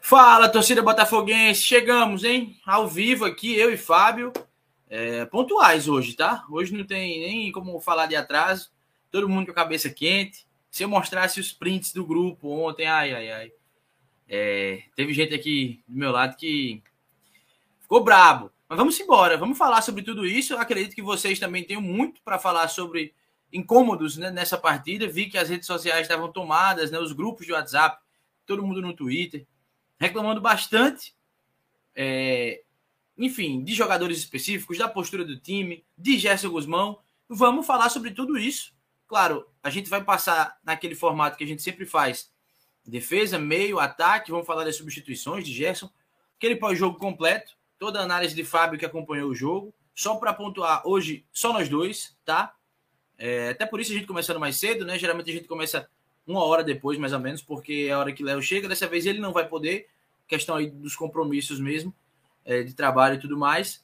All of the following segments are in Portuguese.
Fala, torcida botafoguense, chegamos, hein? Ao vivo aqui, eu e Fábio, pontuais hoje, tá? Hoje não tem nem como falar de atraso, todo mundo com a cabeça quente. Se eu mostrasse os prints do grupo ontem, teve gente aqui do meu lado que ficou brabo. Mas vamos embora, vamos falar sobre tudo isso. Eu acredito que vocês também tenham muito para falar sobre incômodos, né, nessa partida. Vi que as redes sociais estavam tomadas, né, os grupos de WhatsApp, todo mundo no Twitter, reclamando bastante, enfim, de jogadores específicos, da postura do time, de Gerson Guzmão. Vamos falar sobre tudo isso. Claro, a gente vai passar naquele formato que a gente sempre faz: defesa, meio, ataque. Vamos falar das substituições de Gerson, aquele pós-jogo completo, toda a análise de Fábio que acompanhou o jogo. Só para pontuar, hoje, só nós dois, tá? Até por isso a gente começando mais cedo, né? Geralmente a gente começa 1 hora depois, mais ou menos, porque é a hora que Léo chega. Dessa vez ele não vai poder, questão aí dos compromissos mesmo, de trabalho e tudo mais.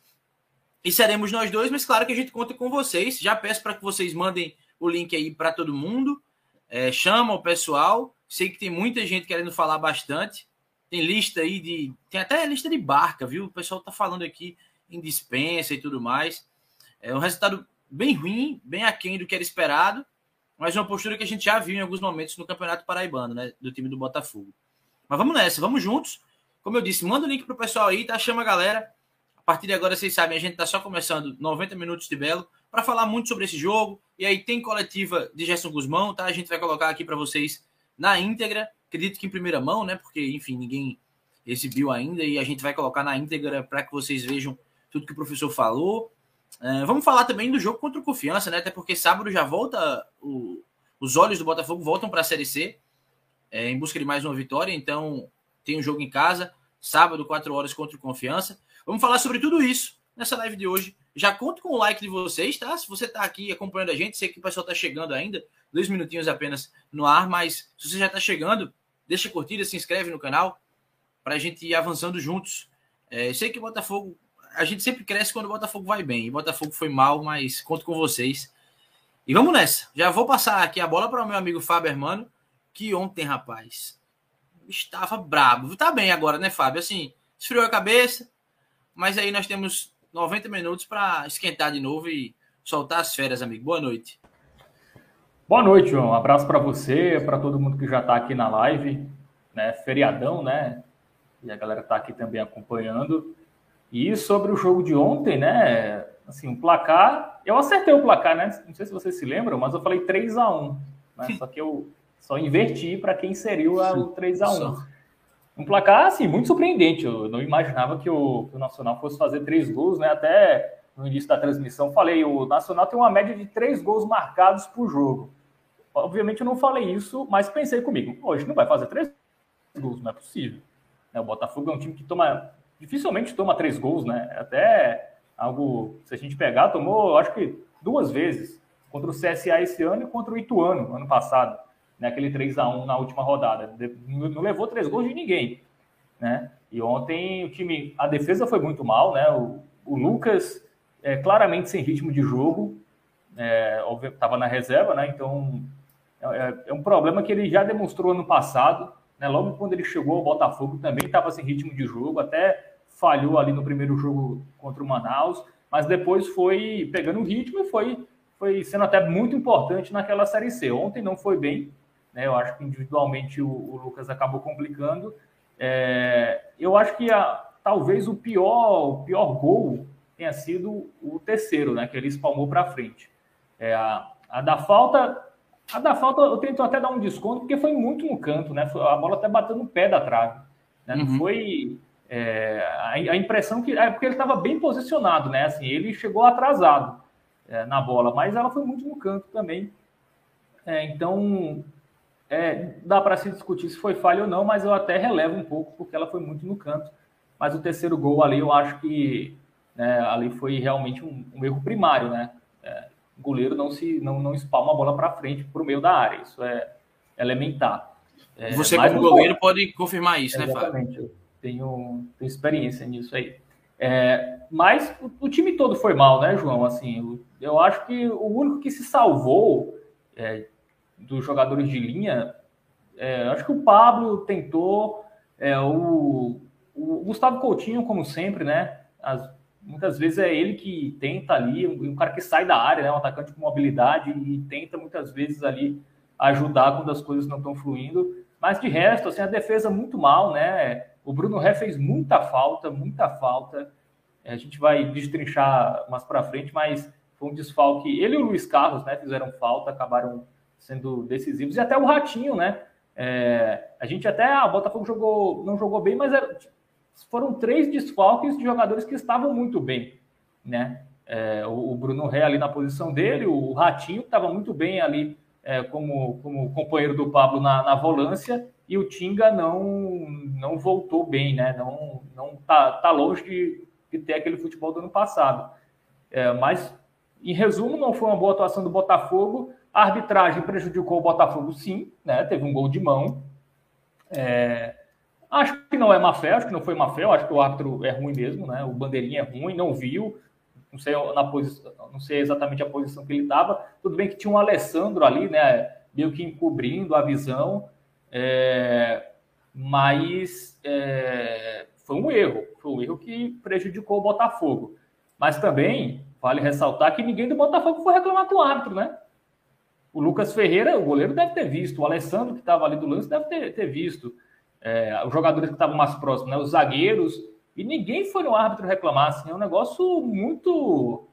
E seremos nós dois, mas claro que a gente conta com vocês. Já peço para que vocês mandem o link aí para todo mundo. Chama o pessoal. Sei que tem muita gente querendo falar bastante. Tem lista aí tem até lista de barca, viu? O pessoal tá falando aqui em dispensa e tudo mais. É um resultado bem ruim, bem aquém do que era esperado, mas uma postura que a gente já viu em alguns momentos no Campeonato Paraibano, né, do time do Botafogo. Mas vamos nessa, vamos juntos. Como eu disse, manda o link pro pessoal aí, tá? Chama a galera. A partir de agora, vocês sabem, a gente tá só começando 90 minutos de Belo para falar muito sobre esse jogo. E aí tem coletiva de Gerson Guzmão, tá? A gente vai colocar aqui para vocês na íntegra. Acredito que em primeira mão, né? Porque, enfim, ninguém exibiu ainda e a gente vai colocar na íntegra para que vocês vejam tudo que o professor falou. Vamos falar também do jogo contra o Confiança, né? Até porque sábado já volta, os olhos do Botafogo voltam para a Série C, em busca de mais uma vitória. Então tem um jogo em casa, sábado, 4 horas contra o Confiança. Vamos falar sobre tudo isso nessa live de hoje. Já conto com o like de vocês, tá? Se você tá aqui acompanhando a gente, sei que o pessoal tá chegando ainda, 2 minutinhos apenas no ar, mas se você já tá chegando, deixa a curtida, se inscreve no canal para a gente ir avançando juntos. Sei que o Botafogo, a gente sempre cresce quando o Botafogo vai bem. E o Botafogo foi mal, mas conto com vocês. E vamos nessa. Já vou passar aqui a bola para o meu amigo Fábio Hermano, que ontem, rapaz, estava brabo. Tá bem agora, né, Fábio? Assim, esfriou a cabeça, mas aí nós temos 90 minutos para esquentar de novo e soltar as férias, amigo. Boa noite. Boa noite, João. Um abraço para você, para todo mundo que já está aqui na live, né? Feriadão, né? E a galera está aqui também acompanhando. E sobre o jogo de ontem, né? Assim, o placar... Eu acertei o placar, né? Não sei se vocês se lembram, mas eu falei 3-1, né? Só que eu só inverti para quem inseriu o 3-1. Um placar, assim, muito surpreendente. Eu não imaginava que o Nacional fosse fazer 3 gols, né? Até no início da transmissão falei, o Nacional tem uma média de 3 gols marcados por jogo. Obviamente eu não falei isso, mas pensei comigo, hoje não vai fazer 3 gols, não é possível. O Botafogo é um time que dificilmente toma 3 gols, né? Até algo, se a gente pegar, tomou, acho que 2 vezes, contra o CSA esse ano e contra o Ituano, ano passado, né? Aquele 3-1 na última rodada. Não levou 3 gols de ninguém, né? E ontem o time, a defesa foi muito mal, né? O Lucas, claramente sem ritmo de jogo, estava na reserva, né? Então é um problema que ele já demonstrou ano passado, né? Logo quando ele chegou ao Botafogo também estava sem ritmo de jogo, até falhou ali no primeiro jogo contra o Manaus, mas depois foi pegando o ritmo e foi sendo até muito importante naquela Série C. Ontem não foi bem, né? Eu acho que individualmente o Lucas acabou complicando. Eu acho que talvez o pior gol tenha sido o terceiro, né? Que ele espalmou para frente. A da falta eu tento até dar um desconto, porque foi muito no canto, né? A bola até bateu no pé da trave, né? Não foi... a impressão que... porque ele estava bem posicionado, né? Assim, ele chegou atrasado na bola, mas ela foi muito no canto também. Então, dá para se discutir se foi falha ou não, mas eu até relevo um pouco, porque ela foi muito no canto. Mas o terceiro gol ali, eu acho que ali foi realmente um erro primário, né? O goleiro não espalma a bola para frente, para o meio da área. Isso é elementar. Você, como goleiro, pode confirmar isso, né, Fábio? Exatamente. Eu tenho experiência nisso aí. Mas o time todo foi mal, né, João? Assim, eu acho que o único que se salvou dos jogadores de linha, acho que o Pablo tentou, O Gustavo Coutinho, como sempre, né? Muitas vezes é ele que tenta ali, um cara que sai da área, né? Um atacante com mobilidade e tenta muitas vezes ali ajudar quando as coisas não estão fluindo. Mas de resto, assim, a defesa muito mal, né? O Bruno Ré fez muita falta, muita falta. A gente vai destrinchar mais para frente, mas foi um desfalque. Ele e o Luiz Carlos, né? Fizeram falta, acabaram sendo decisivos. E até o Ratinho, né? A gente até... O Botafogo não jogou bem, mas foram 3 desfalques de jogadores que estavam muito bem, né? O Bruno Ré ali na posição dele, o Ratinho que estava muito bem ali como companheiro do Pablo na volância, e o Tinga não voltou bem, né? Não tá longe de ter aquele futebol do ano passado. Mas, em resumo, não foi uma boa atuação do Botafogo. A arbitragem prejudicou o Botafogo, sim, né? Teve um gol de mão. Acho que não é má fé, acho que não foi má fé, acho que o árbitro é ruim mesmo, né? O bandeirinha é ruim, não viu, não sei exatamente a posição que ele estava. Tudo bem que tinha um Alessandro ali, né? Meio que encobrindo a visão, mas foi um erro que prejudicou o Botafogo. Mas também vale ressaltar que ninguém do Botafogo foi reclamar com o árbitro, né? O Lucas Ferreira, o goleiro, deve ter visto, o Alessandro, que estava ali do lance, deve ter visto. Os jogadores que estavam mais próximos, né, os zagueiros, e ninguém foi no árbitro reclamar, assim, é um negócio muito,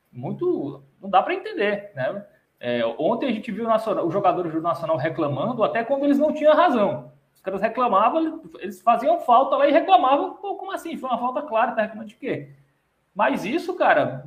não dá para entender, né? Ontem a gente viu os jogadores do Nacional reclamando, até quando eles não tinham razão. Os caras reclamavam, eles faziam falta lá e reclamavam, pô, como assim? Foi uma falta clara, tá reclamando de quê? Mas isso, cara,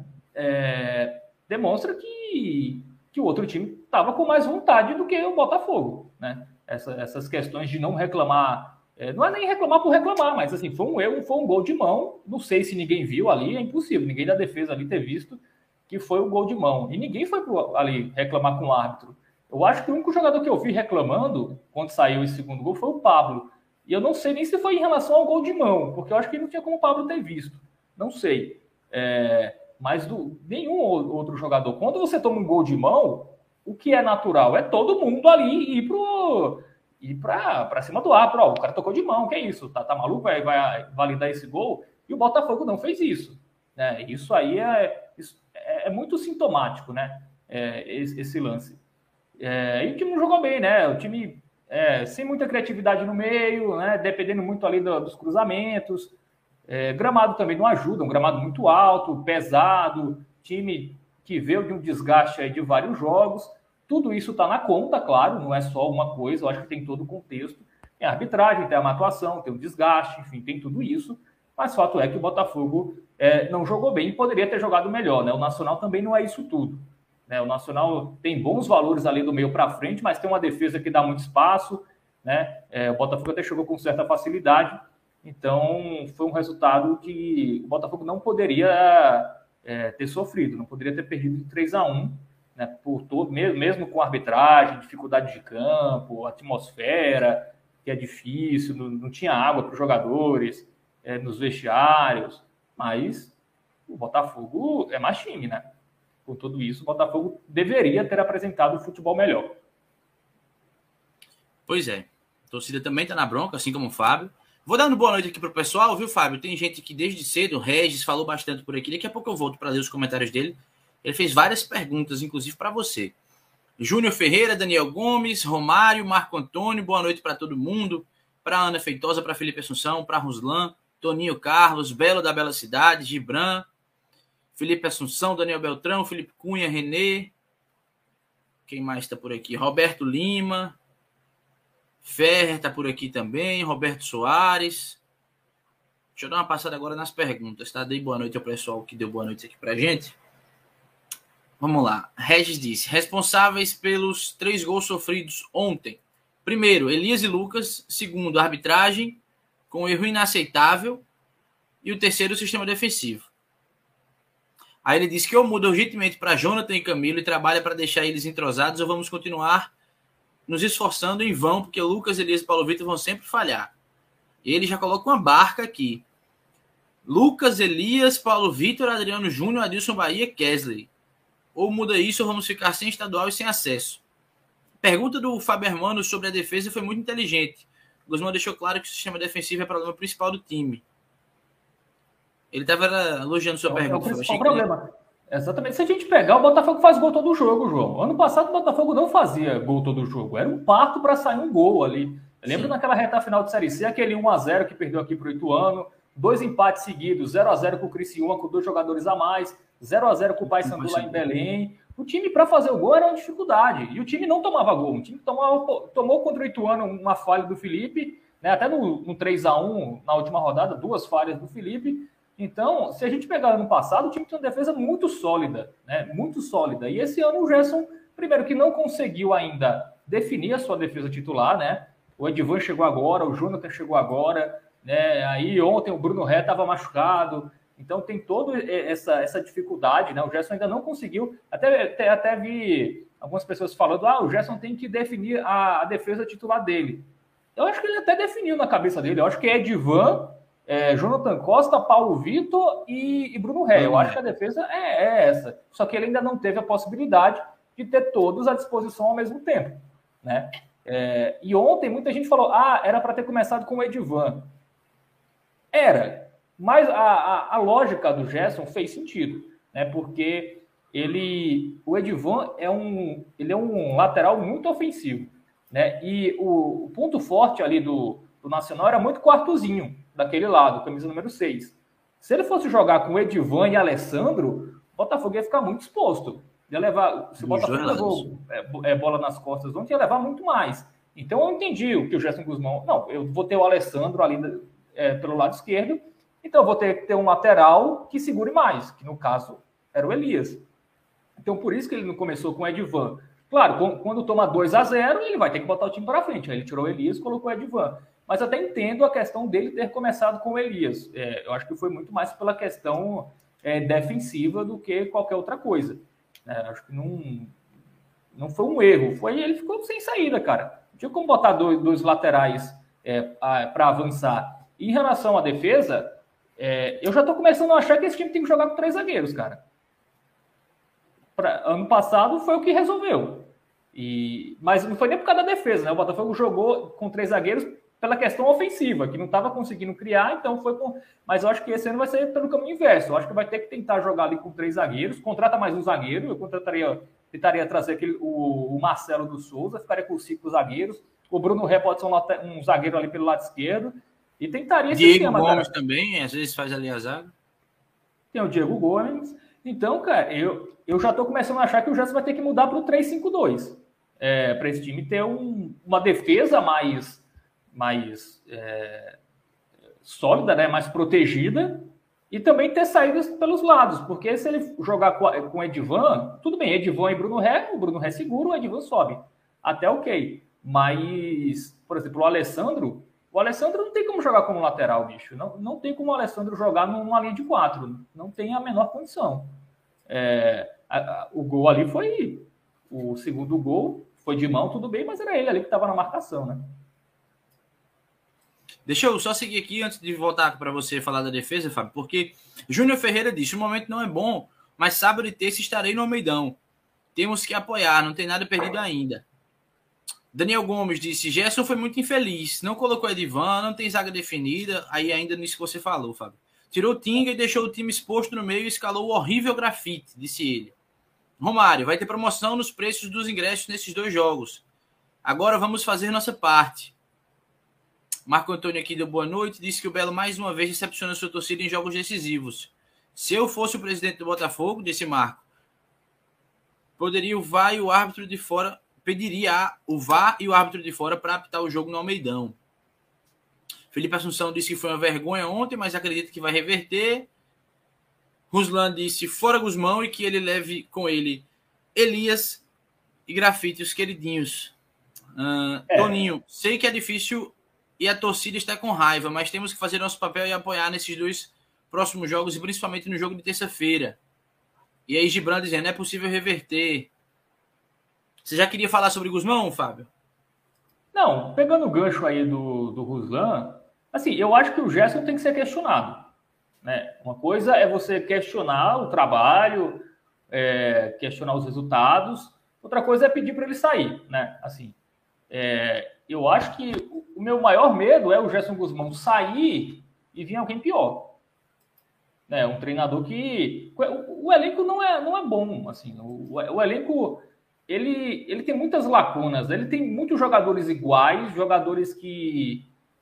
demonstra que o outro time estava com mais vontade do que o Botafogo, né? Essas questões de não reclamar, não é nem reclamar por reclamar, mas assim, foi um erro, foi um gol de mão. Não sei se ninguém viu ali, é impossível, ninguém da defesa ali ter visto que foi um gol de mão. E ninguém foi ali reclamar com o árbitro. Eu acho que o único jogador que eu vi reclamando quando saiu esse segundo gol foi o Pablo. E eu não sei nem se foi em relação ao gol de mão, porque eu acho que não tinha como o Pablo ter visto. Não sei. Mas nenhum outro jogador. Quando você toma um gol de mão, o que é natural é todo mundo ali ir para cima do árbitro. O cara tocou de mão, que é isso? Tá maluco? Vai validar esse gol? E o Botafogo não fez isso. Né? Isso aí é muito sintomático, né? Esse lance. E o time não jogou bem, né? O time sem muita criatividade no meio, né? Dependendo muito ali dos cruzamentos. Gramado também não ajuda, um gramado muito alto, pesado, time que veio de um desgaste aí de vários jogos. Tudo isso está na conta, claro, não é só uma coisa, eu acho que tem todo o contexto. Tem a arbitragem, tem a má atuação, tem o desgaste, enfim, tem tudo isso. Mas o fato é que o Botafogo não jogou bem e poderia ter jogado melhor, né? O Nacional também não é isso tudo. Né? O Nacional tem bons valores ali do meio para frente, mas tem uma defesa que dá muito espaço, né? O Botafogo até chegou com certa facilidade. Então, foi um resultado que o Botafogo não poderia ter sofrido, não poderia ter perdido de 3-1, né, por todo, mesmo com arbitragem, dificuldade de campo, atmosfera, que é difícil, não tinha água para os jogadores, nos vestiários, mas o Botafogo é mais time, né? Com tudo isso, o Botafogo deveria ter apresentado um futebol melhor. Pois é, a torcida também está na bronca, assim como o Fábio. Vou dando boa noite aqui pro pessoal, viu, Fábio? Tem gente que desde cedo, o Regis falou bastante por aqui. Daqui a pouco eu volto para ler os comentários dele. Ele fez várias perguntas, inclusive para você. Júnior Ferreira, Daniel Gomes, Romário, Marco Antônio, boa noite para todo mundo. Para Ana Feitosa, para Felipe Assunção, para Ruslan, Toninho Carlos, Belo da Bela Cidade, Gibran, Felipe Assunção, Daniel Beltrão, Felipe Cunha, Renê. Quem mais está por aqui? Roberto Lima. Ferrer está por aqui também, Roberto Soares. Deixa eu dar uma passada agora nas perguntas, tá? Dei boa noite ao pessoal que deu boa noite aqui pra gente. Vamos lá. Regis disse, responsáveis pelos 3 gols sofridos ontem. Primeiro, Elias e Lucas. Segundo, arbitragem, com erro inaceitável. E o terceiro, o sistema defensivo. Aí ele disse que ou muda urgentemente para Jonathan e Camilo e trabalha para deixar eles entrosados, ou vamos continuar nos esforçando em vão, porque Lucas, Elias e Paulo Vitor vão sempre falhar. Ele já coloca uma barca aqui. Lucas, Elias, Paulo Vitor, Adriano Júnior, Adilson Bahia, Kesley. Ou muda isso ou vamos ficar sem estadual e sem acesso. Pergunta do Fábio Hermano sobre a defesa foi muito inteligente. Guzmão deixou claro que o sistema defensivo é o problema principal do time. Ele estava elogiando sua pergunta. É o principal problema. Exatamente. Se a gente pegar, o Botafogo faz gol todo jogo, João. Ano passado, o Botafogo não fazia gol todo jogo. Era um parto para sair um gol ali. Lembra naquela reta final de Série C, aquele 1-0 que perdeu aqui para o Ituano, 2 empates seguidos, 0-0 com o Criciúma, com 2 jogadores a mais, 0-0 com o Paysandu lá em Belém. O time, para fazer o gol, era uma dificuldade. E o time não tomava gol. O time tomou contra o Ituano uma falha do Felipe, né? Até no 3-1, na última rodada, 2 falhas do Felipe. Então, se a gente pegar ano passado, o time tinha uma defesa muito sólida, né? Muito sólida. E esse ano o Gerson, primeiro que não conseguiu ainda definir a sua defesa titular, né? O Edivan chegou agora, o Jonathan chegou agora, né? Aí ontem o Bruno Ré estava machucado. Então tem toda essa dificuldade, né? O Gerson ainda não conseguiu. Até vi algumas pessoas falando, o Gerson tem que definir a defesa titular dele. Eu acho que ele até definiu na cabeça dele. Eu acho que é Edivan, Jonathan Costa, Paulo Vitor e Bruno Ré. Eu acho que a defesa é essa. Só que ele ainda não teve a possibilidade de ter todos à disposição ao mesmo tempo, né? E ontem muita gente falou, era para ter começado com o Edivan. Era. Mas a lógica do Gerson fez sentido, né? Porque o Edivan ele é um lateral muito ofensivo, né? E o ponto forte ali do Nacional era muito quartozinho daquele lado, camisa número 6. Se ele fosse jogar com Edivan e Alessandro, o Botafogo ia ficar muito exposto. Ia levar, se o Botafogo levou bola nas costas ontem, ia levar muito mais. Então eu entendi o que o Gerson Guzmão... Não, eu vou ter o Alessandro ali pelo lado esquerdo, então eu vou ter que ter um lateral que segure mais, que no caso era o Elias. Então por isso que ele não começou com o Edivan. Claro, quando toma 2-0, ele vai ter que botar o time para frente. Aí ele tirou o Elias e colocou o Edivan. Mas até entendo a questão dele ter começado com o Elias. Eu acho que foi muito mais pela questão defensiva do que qualquer outra coisa. Acho que não foi um erro. Ele ficou sem saída, cara. Não tinha como botar dois laterais para avançar. E em relação à defesa, eu já estou começando a achar que esse time tem que jogar com 3 zagueiros, cara. Ano passado foi o que resolveu. Mas não foi nem por causa da defesa, né? O Botafogo jogou com 3 zagueiros pela questão ofensiva, que não estava conseguindo criar, então foi com... Mas eu acho que esse ano vai ser pelo caminho inverso. Eu acho que vai ter que tentar jogar ali com 3 zagueiros, contrata mais um zagueiro, eu tentaria trazer o Marcelo do Souza, ficaria com os 5 zagueiros, o Bruno Ré pode ser um zagueiro ali pelo lado esquerdo, e tentaria esse Diego Gomes também, às vezes faz ali a zaga. Tem o Diego Gomes. Então, cara, eu já estou começando a achar que o Gerson vai ter que mudar para o 3-5-2, para esse time ter uma defesa mais sólida, né, mais protegida, e também ter saídas pelos lados, porque se ele jogar com Edivan, tudo bem, Edivan e Bruno Ré, o Bruno Ré segura, o Edivan sobe, até ok, mas, por exemplo, o Alessandro não tem como jogar como lateral, bicho, não tem como o Alessandro jogar numa linha de 4, não tem a menor condição. O gol ali o segundo gol foi de mão, tudo bem, mas era ele ali que estava na marcação, né? Deixa eu só seguir aqui antes de voltar para você falar da defesa, Fábio, porque Júnior Ferreira disse, o momento não é bom, mas sábado e terça estarei no Almeidão. Temos que apoiar, não tem nada perdido ainda. Daniel Gomes disse, Gerson foi muito infeliz, não colocou Edivan, não tem zaga definida, aí ainda nisso que você falou, Fábio. Tirou o Tinga e deixou o time exposto no meio e escalou o horrível grafite, disse ele. Romário, vai ter promoção nos preços dos ingressos nesses 2 jogos. Agora vamos fazer nossa parte. Marco Antônio aqui deu boa noite, disse que o Belo mais uma vez decepciona sua torcida em jogos decisivos. Se eu fosse o presidente do Botafogo, disse Marco, pediria o VAR e o árbitro de fora para apitar o jogo no Almeidão. Felipe Assunção disse que foi uma vergonha ontem, mas acredita que vai reverter. Ruslan disse fora Guzmão e que ele leve com ele Elias e Grafite, os queridinhos. Toninho, sei que é difícil e a torcida está com raiva, mas temos que fazer nosso papel e apoiar nesses 2 próximos jogos e principalmente no jogo de terça-feira. E aí Gibran dizendo, não é possível reverter. Você já queria falar sobre Guzmão, Fábio? Não, pegando o gancho aí do Ruslan, assim, eu acho que o Gerson tem que ser questionado, né? Uma coisa é você questionar o trabalho, questionar os resultados, outra coisa é pedir para ele sair, né? Assim, eu acho que o meu maior medo é o Gerson Guzmão sair e vir alguém pior. Né? Um treinador que... O elenco não é bom. Assim, o elenco ele tem muitas lacunas. Ele tem muitos jogadores iguais, jogadores que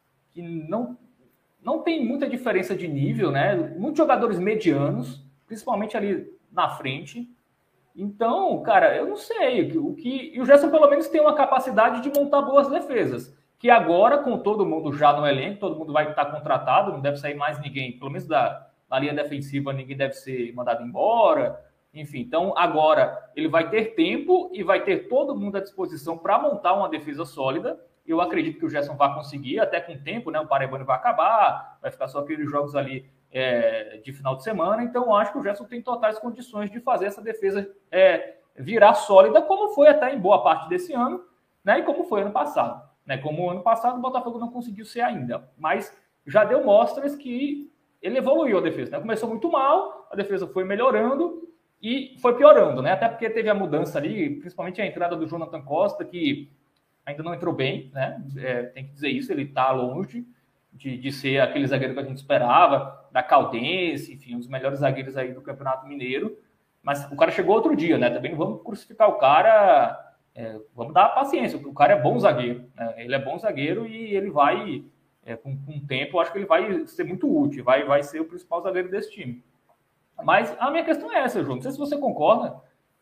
não tem muita diferença de nível, né? Muitos jogadores medianos, principalmente ali na frente. Então, cara, eu não sei. E o Gerson, pelo menos, tem uma capacidade de montar boas defesas. Que agora, com todo mundo já no elenco, todo mundo vai estar contratado, não deve sair mais ninguém, pelo menos da linha defensiva, ninguém deve ser mandado embora. Enfim, então agora ele vai ter tempo e vai ter todo mundo à disposição para montar uma defesa sólida. Eu acredito que o Gerson vai conseguir, até com o tempo, né? O Paraibano vai acabar, vai ficar só aqueles jogos ali de final de semana. Então, eu acho que o Gerson tem totais condições de fazer essa defesa virar sólida, como foi até em boa parte desse ano, né? E como foi ano passado. Né? Como ano passado o Botafogo não conseguiu ser ainda, mas já deu mostras que ele evoluiu a defesa. Né? Começou muito mal, a defesa foi melhorando e foi piorando, né? Até porque teve a mudança ali, principalmente a entrada do Jonathan Costa, que ainda não entrou bem, né? Tem que dizer isso, ele está longe de ser aquele zagueiro que a gente esperava, da Caldense, enfim, um dos melhores zagueiros aí do Campeonato Mineiro. Mas o cara chegou outro dia, né? Também não vamos crucificar o cara, vamos dar paciência, o cara é bom zagueiro, né? Ele é bom zagueiro e ele vai, com o tempo, eu acho que ele vai ser muito útil, vai ser o principal zagueiro desse time. Mas a minha questão é essa, João, não sei se você concorda,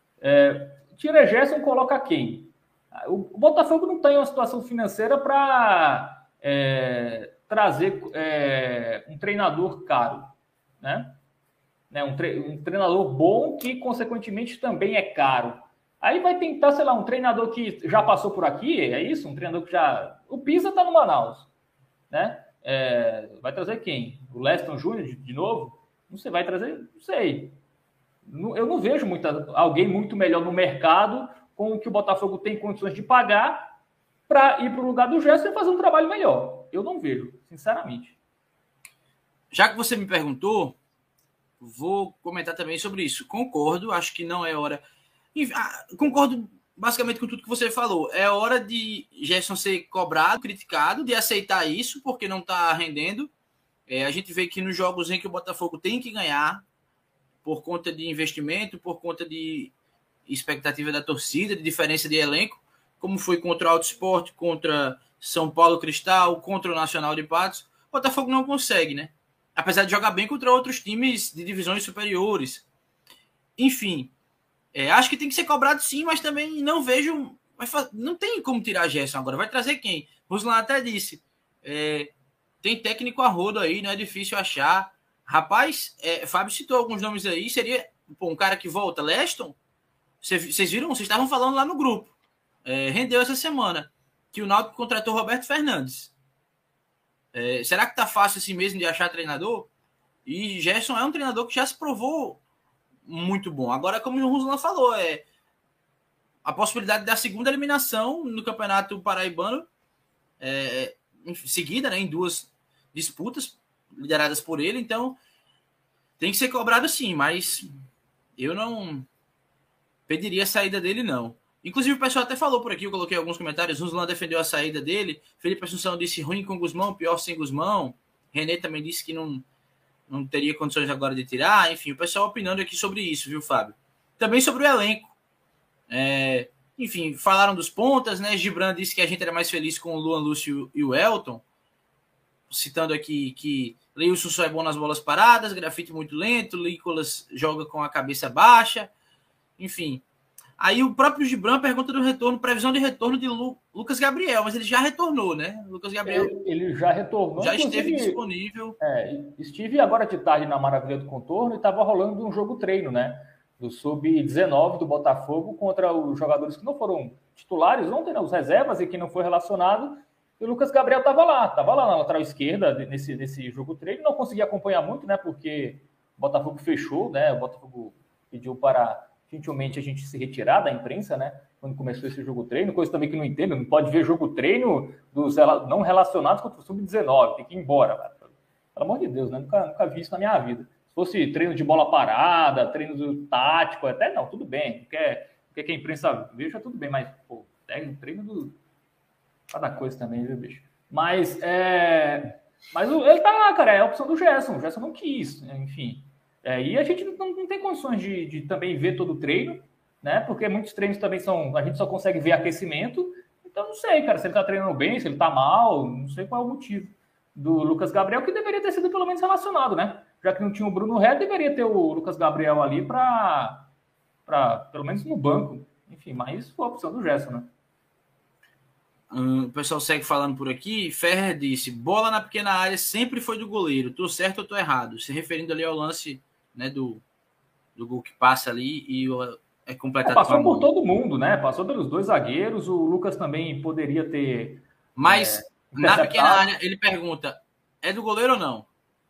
tira Gerson, coloca quem? O Botafogo não tem uma situação financeira para trazer um treinador caro, né? Um treinador bom que, consequentemente, também é caro. Aí vai tentar, sei lá, um treinador que já passou por aqui, é isso? Um treinador que já... O Pisa está no Manaus, né? Vai trazer quem? O Leston Júnior de novo? Não sei, vai trazer? Não sei. Eu não vejo alguém muito melhor no mercado com o que o Botafogo tem condições de pagar para ir para o lugar do Gerson e fazer um trabalho melhor. Eu não vejo, sinceramente. Já que você me perguntou, vou comentar também sobre isso. Concordo, acho que não é hora... Concordo basicamente com tudo que você falou. É hora de Gerson ser cobrado, criticado, de aceitar isso, porque não está rendendo. A gente vê que nos jogos em que o Botafogo tem que ganhar, por conta de investimento, por conta de expectativa da torcida, de diferença de elenco, como foi contra o Alto Sport, contra São Paulo Cristal, contra o Nacional de Patos, o Botafogo não consegue, né? Apesar de jogar bem contra outros times de divisões superiores. Enfim, acho que tem que ser cobrado sim, mas também não vejo... Não tem como tirar a Gerson agora. Vai trazer quem? Ruslan até disse. Tem técnico a rodo aí, não é difícil achar. Rapaz, Fábio citou alguns nomes aí. Seria um cara que volta, Leston. Vocês viram? Vocês estavam falando lá no grupo. Rendeu essa semana que o Náutico contratou Roberto Fernandes. Será que tá fácil assim mesmo de achar treinador? E Gerson é um treinador que já se provou muito bom. Agora, como o Ruslan falou, a possibilidade da segunda eliminação no Campeonato Paraibano seguida, né, em 2 disputas lideradas por ele, então tem que ser cobrado sim, mas eu não pediria a saída dele, não. Inclusive o pessoal até falou por aqui, eu coloquei alguns comentários, Ruslan defendeu a saída dele, Felipe Assunção disse ruim com Guzmão, pior sem Guzmão, René também disse que não teria condições agora de tirar, enfim, o pessoal opinando aqui sobre isso, viu, Fábio? Também sobre o elenco. Enfim, falaram dos pontas, né? Gibran disse que a gente era mais feliz com o Luan Lúcio e o Elton, citando aqui que Leilson só é bom nas bolas paradas, Grafite muito lento, Nicolas joga com a cabeça baixa, enfim. Aí o próprio Gibran pergunta do retorno, previsão de retorno de Lucas Gabriel, mas ele já retornou, né? Lucas Gabriel ele já retornou. Já esteve disponível. Estive agora de tarde na Maravilha do Contorno e estava rolando um jogo treino, né? Do Sub-19 do Botafogo contra os jogadores que não foram titulares ontem, né? Os reservas e quem não foi relacionado. E o Lucas Gabriel estava lá na lateral esquerda nesse jogo treino. Não consegui acompanhar muito, né? Porque o Botafogo fechou, né? O Botafogo pediu para gentilmente a gente se retirar da imprensa, né? Quando começou esse jogo treino, coisa também que não entendo, não pode ver jogo treino dos não relacionados contra o Sub-19, tem que ir embora, cara. Pelo amor de Deus, né? Nunca vi isso na minha vida. Se fosse treino de bola parada, treino do tático, até não, tudo bem. Quer que a imprensa veja, tudo bem, mas, pô, treino do... Cada coisa também, viu, bicho? Mas ele tá lá, cara, é a opção do Gerson. O Gerson não quis, enfim. E a gente não tem condições de também ver todo o treino, né? Porque muitos treinos também a gente só consegue ver aquecimento. Então não sei, cara, se ele tá treinando bem, se ele tá mal, não sei qual é o motivo do Lucas Gabriel, que deveria ter sido pelo menos relacionado, né? Já que não tinha o Bruno Ré, deveria ter o Lucas Gabriel ali para pelo menos no banco. Enfim, mas foi a opção do Gerson, né? O pessoal segue falando por aqui. Ferrer disse: bola na pequena área sempre foi do goleiro. Tô certo ou tô errado? Se referindo ali ao lance, né, do gol que passa ali e é completado. Passou por todo mundo, né? Passou pelos dois zagueiros. O Lucas também poderia ter. Mas na pequena área ele pergunta: é do goleiro ou não?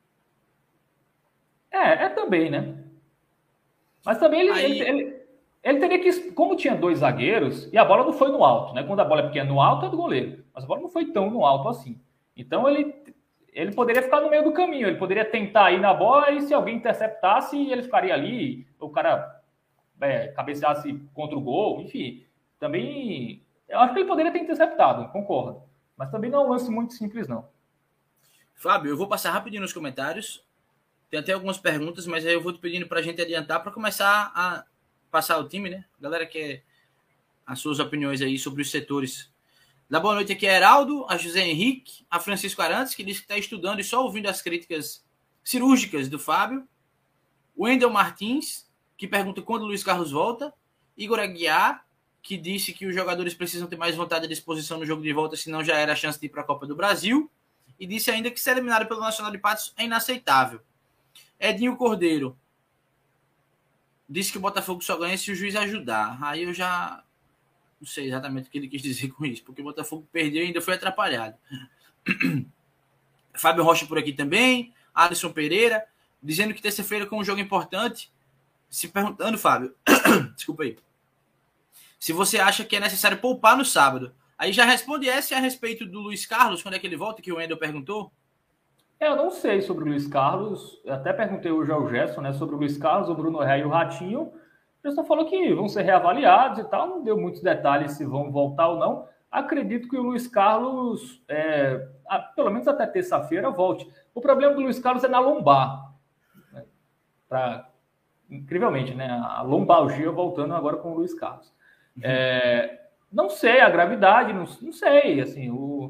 É também, né? Mas também ele teria que, como tinha dois zagueiros, e a bola não foi no alto, né? Quando a bola é pequena no alto, é do goleiro. Mas a bola não foi tão no alto assim. Então ele poderia ficar no meio do caminho. Ele poderia tentar ir na bola e se alguém interceptasse, ele ficaria ali. O cara cabeceasse contra o gol. Enfim, também eu acho que ele poderia ter interceptado, concordo. Mas também não é um lance muito simples, não. Fábio, eu vou passar rapidinho nos comentários. Tem até algumas perguntas, mas aí eu vou te pedindo para a gente adiantar para começar a passar o time, né? Galera quer as suas opiniões aí sobre os setores. Dá boa noite aqui a Heraldo, a José Henrique, a Francisco Arantes, que diz que está estudando e só ouvindo as críticas cirúrgicas do Fábio. O Wendel Martins, que pergunta quando o Luiz Carlos volta. Igor Aguiar, que disse que os jogadores precisam ter mais vontade e disposição no jogo de volta, senão já era a chance de ir para a Copa do Brasil. E disse ainda que ser eliminado pelo Nacional de Patos é inaceitável. Edinho Cordeiro disse que o Botafogo só ganha se o juiz ajudar. Aí eu já não sei exatamente o que ele quis dizer com isso, porque o Botafogo perdeu e ainda foi atrapalhado. Fábio Rocha por aqui também. Alisson Pereira, dizendo que terça-feira com um jogo importante, se perguntando, Fábio, desculpa aí, se você acha que é necessário poupar no sábado. Aí já responde essa a respeito do Luiz Carlos, quando é que ele volta, que o Wendel perguntou. Eu não sei sobre o Luiz Carlos. Eu até perguntei hoje ao Gerson, né, sobre o Luiz Carlos, o Bruno Ré e o Ratinho. O Gerson falou que vão ser reavaliados e tal. Não deu muitos detalhes se vão voltar ou não. Acredito que o Luiz Carlos, pelo menos até terça-feira, volte. O problema do Luiz Carlos é na lombar. Né? Incrivelmente, né? A lombalgia voltando agora com o Luiz Carlos. Não sei a gravidade, não sei. Assim,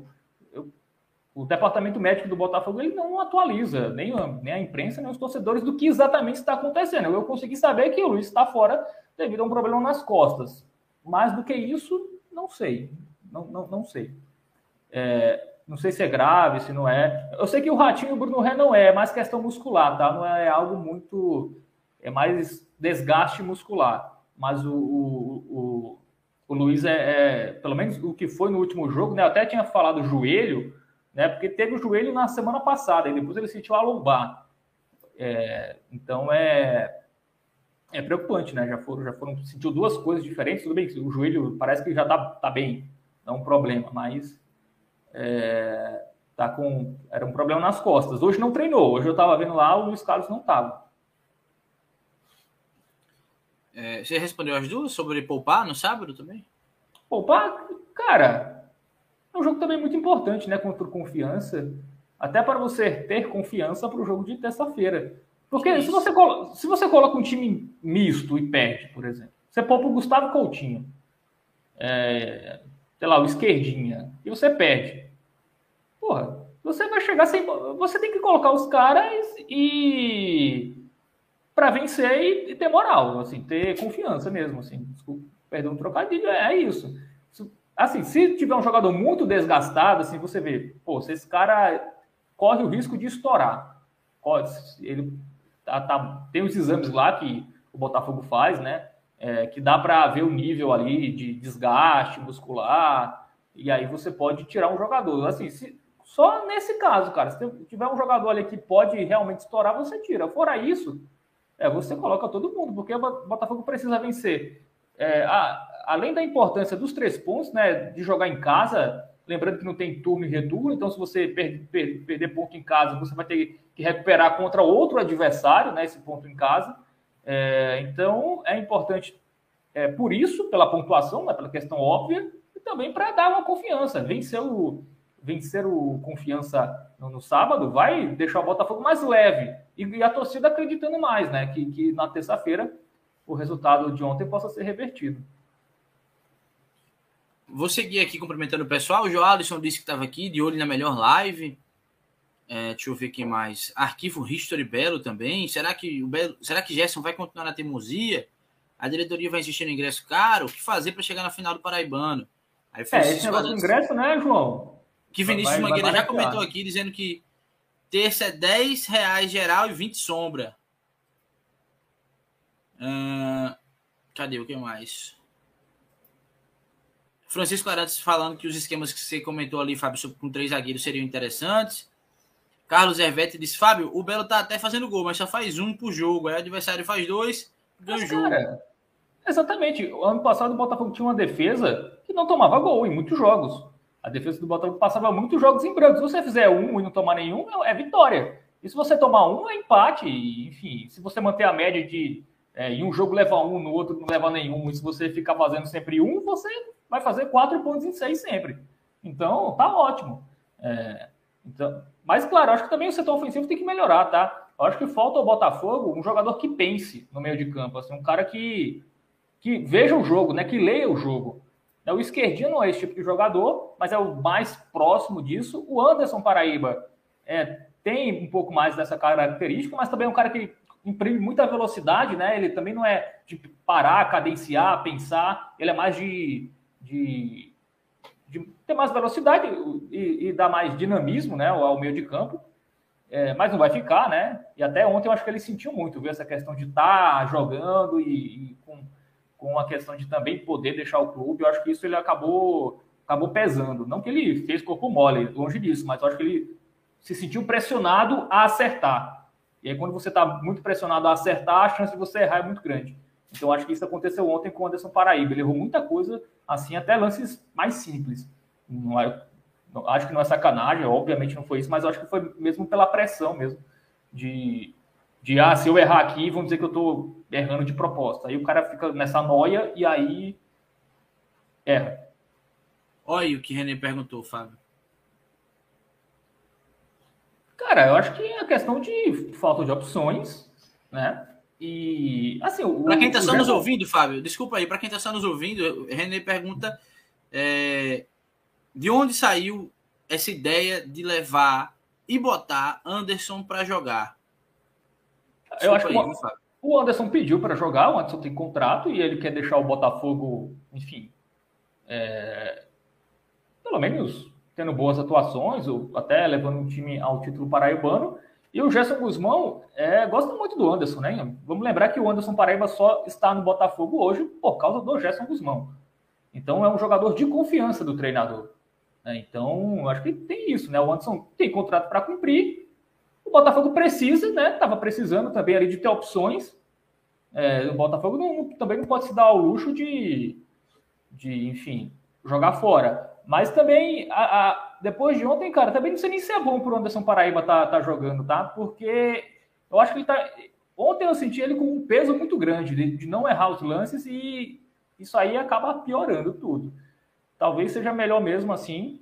o departamento médico do Botafogo ele não atualiza nem a imprensa, nem os torcedores do que exatamente está acontecendo. Eu consegui saber que o Luiz está fora devido a um problema nas costas. Mais do que isso, não sei. Não sei. Não sei se é grave, se não é. Eu sei que o Ratinho e o Bruno Ré não é mais questão muscular, tá? Não é algo muito... É mais desgaste muscular. Mas o Luiz pelo menos o que foi no último jogo, né? Eu até tinha falado joelho, né? Porque teve o joelho na semana passada e depois ele sentiu a lombar. Então é preocupante, né? Já foram sentiu duas coisas diferentes. Tudo bem, o joelho parece que já tá bem, não é um problema, mas era um problema nas costas. Hoje não treinou. Hoje eu estava vendo lá, o Luiz Carlos não estava. Você respondeu as duas sobre poupar no sábado também? Poupar, cara, é um jogo também muito importante, né? Contra o Confiança. Até para você ter confiança para o jogo de terça-feira. Porque se você coloca um time misto e perde, por exemplo, você poupa o Gustavo Coutinho, sei lá, o Esquerdinha, e você perde. Porra, você vai chegar sem... Você tem que colocar os caras para vencer e ter moral, assim, ter confiança mesmo, assim. Desculpa, perdão o trocadilho, é isso. Assim, se tiver um jogador muito desgastado, assim, você vê, pô, se esse cara corre o risco de estourar. Ele tem os exames lá que o Botafogo faz, né? Que dá para ver o nível ali de desgaste muscular, e aí você pode tirar um jogador. Assim, só nesse caso, cara, se tiver um jogador ali que pode realmente estourar, você tira. Fora isso, você coloca todo mundo, porque o Botafogo precisa vencer. Além da importância dos 3 pontos, né, de jogar em casa, lembrando que não tem turno e retorno, então se você perder ponto em casa, você vai ter que recuperar contra outro adversário, né, esse ponto em casa. Então é importante por isso, pela pontuação, né, pela questão óbvia, e também para dar uma confiança, vencer o vencer o Confiança no sábado, vai deixar o Botafogo mais leve. E a torcida acreditando mais, né? Que na terça-feira o resultado de ontem possa ser revertido. Vou seguir aqui cumprimentando o pessoal. O Joalisson disse que estava aqui, de olho na melhor live. Deixa eu ver quem mais. Arquivo History Belo também. Será que Gerson vai continuar na teimosia? A diretoria vai insistir no ingresso caro? O que fazer para chegar na final do Paraibano? Aí Esse negócio do ingresso, né, João? Que Vinícius Mangueira já comentou aqui, dizendo que terça é R$10 geral e 20 sombra. Cadê o que mais? Francisco Arantes falando que os esquemas que você comentou ali, Fábio, com 3 zagueiros seriam interessantes. Carlos Hervete disse, Fábio, o Belo tá até fazendo gol, mas só faz 1 por jogo. Aí o adversário faz 2, ganha o jogo. Cara, exatamente. O ano passado o Botafogo tinha uma defesa que não tomava gol em muitos jogos. A defesa do Botafogo passava muitos jogos em branco. Se você fizer 1 e não tomar nenhum, é vitória. E se você tomar 1, é empate. Enfim, se você manter a média de em um jogo leva 1, no outro não leva nenhum, e se você ficar fazendo sempre 1, você vai fazer 4 pontos em 6 sempre. Então, tá ótimo. Então, mas, claro, acho que também o setor ofensivo tem que melhorar, tá? Eu acho que falta ao Botafogo um jogador que pense no meio de campo, assim, um cara que veja o jogo, né? Que leia o jogo. O esquerdinho não é esse tipo de jogador, mas é o mais próximo disso. O Anderson Paraíba tem um pouco mais dessa característica, mas também é um cara que imprime muita velocidade, né? Ele também não é de parar, cadenciar, pensar. Ele é mais de ter mais velocidade e dar mais dinamismo, né, ao meio de campo. Mas não vai ficar, né? E até ontem eu acho que ele sentiu muito, viu, essa questão de estar jogando e com a questão de também poder deixar o clube. Eu acho que isso ele acabou pesando. Não que ele fez corpo mole, longe disso, mas eu acho que ele se sentiu pressionado a acertar. E aí, quando você está muito pressionado a acertar, a chance de você errar é muito grande. Então, eu acho que isso aconteceu ontem com o Anderson Paraíba. Ele errou muita coisa, assim, até lances mais simples. Acho que não é sacanagem, obviamente não foi isso, mas eu acho que foi mesmo pela pressão mesmo. Se eu errar aqui, vão dizer que eu estou errando de propósito. Aí o cara fica nessa noia e aí erra. Olha o que o René perguntou, Fábio. Cara, eu acho que é a questão de falta de opções, né? E, assim... Para quem está só nos ouvindo, Fábio, desculpa aí, para quem está só nos ouvindo, o René pergunta de onde saiu essa ideia de levar e botar Anderson para jogar? Desculpa, eu acho que o Anderson pediu para jogar, o Anderson tem contrato e ele quer deixar o Botafogo, enfim, pelo menos tendo boas atuações, ou até levando um time ao título paraibano. E o Gerson Guzmão gosta muito do Anderson, né? Vamos lembrar que o Anderson Paraíba só está no Botafogo hoje por causa do Gerson Guzmão. Então, é um jogador de confiança do treinador. Então, acho que tem isso, né? O Anderson tem contrato para cumprir. O Botafogo precisa, né? Estava precisando também ali de ter opções. O Botafogo também não pode se dar ao luxo de enfim, jogar fora. Mas também, depois de ontem, cara, também não sei nem se é bom pro Anderson Paraíba tá jogando, tá? Porque eu acho que ele tá... Ontem eu senti ele com um peso muito grande de não errar os lances e isso aí acaba piorando tudo. Talvez seja melhor mesmo assim,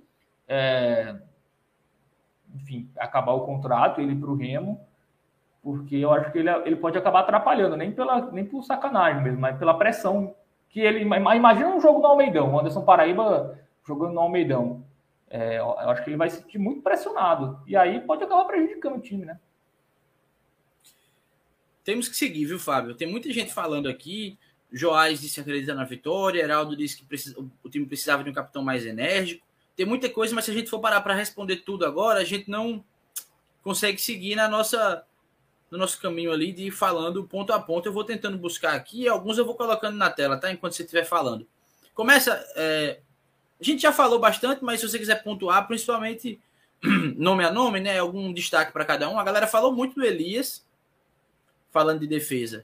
enfim, acabar o contrato, ele ir pro Remo, porque eu acho que ele pode acabar atrapalhando, nem por sacanagem mesmo, mas pela pressão que ele... Imagina um jogo no Almeidão, o Anderson Paraíba jogando no Almeidão. Eu acho que ele vai se sentir muito pressionado. E aí pode acabar prejudicando o time, né? Temos que seguir, viu, Fábio? Tem muita gente falando aqui. Joás disse que acredita na vitória. Heraldo disse que o time precisava de um capitão mais enérgico. Tem muita coisa, mas se a gente for parar para responder tudo agora, a gente não consegue seguir no nosso caminho ali de ir falando ponto a ponto. Eu vou tentando buscar aqui. Alguns eu vou colocando na tela, tá? Enquanto você estiver falando. Começa... A gente já falou bastante, mas se você quiser pontuar, principalmente nome a nome, né? Algum destaque para cada um. A galera falou muito do Elias, falando de defesa.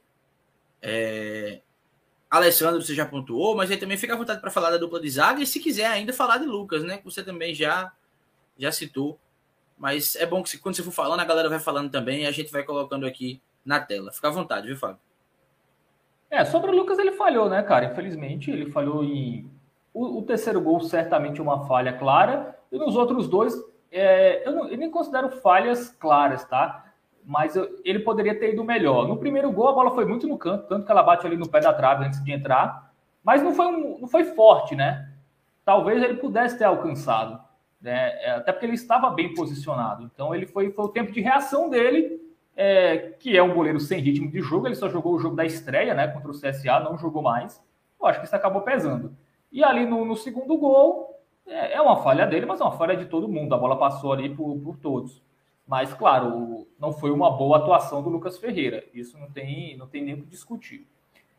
Alessandro, você já pontuou, mas aí também fica à vontade para falar da dupla de zaga e se quiser ainda falar de Lucas, né? Que você também já citou. Mas é bom que quando você for falando, a galera vai falando também e a gente vai colocando aqui na tela. Fica à vontade, viu, Fábio? Sobre o Lucas ele falhou, né, cara? Infelizmente, ele falhou em... O terceiro gol certamente uma falha clara E nos outros dois, eu nem considero falhas claras, tá? Mas ele poderia ter ido melhor. No primeiro gol, a bola foi muito no canto, tanto que ela bate ali no pé da trave antes de entrar, mas não foi forte, né? Talvez ele pudesse ter alcançado, né? Até porque ele estava bem posicionado. Então, foi o tempo de reação dele, que é um goleiro sem ritmo de jogo. Ele só jogou o jogo da estreia, né? Contra o CSA, não jogou mais. Eu acho que isso acabou pesando. E ali no segundo gol, é uma falha dele, mas é uma falha de todo mundo. A bola passou ali por todos. Mas, claro, não foi uma boa atuação do Lucas Ferreira. Isso não tem nem o que discutir.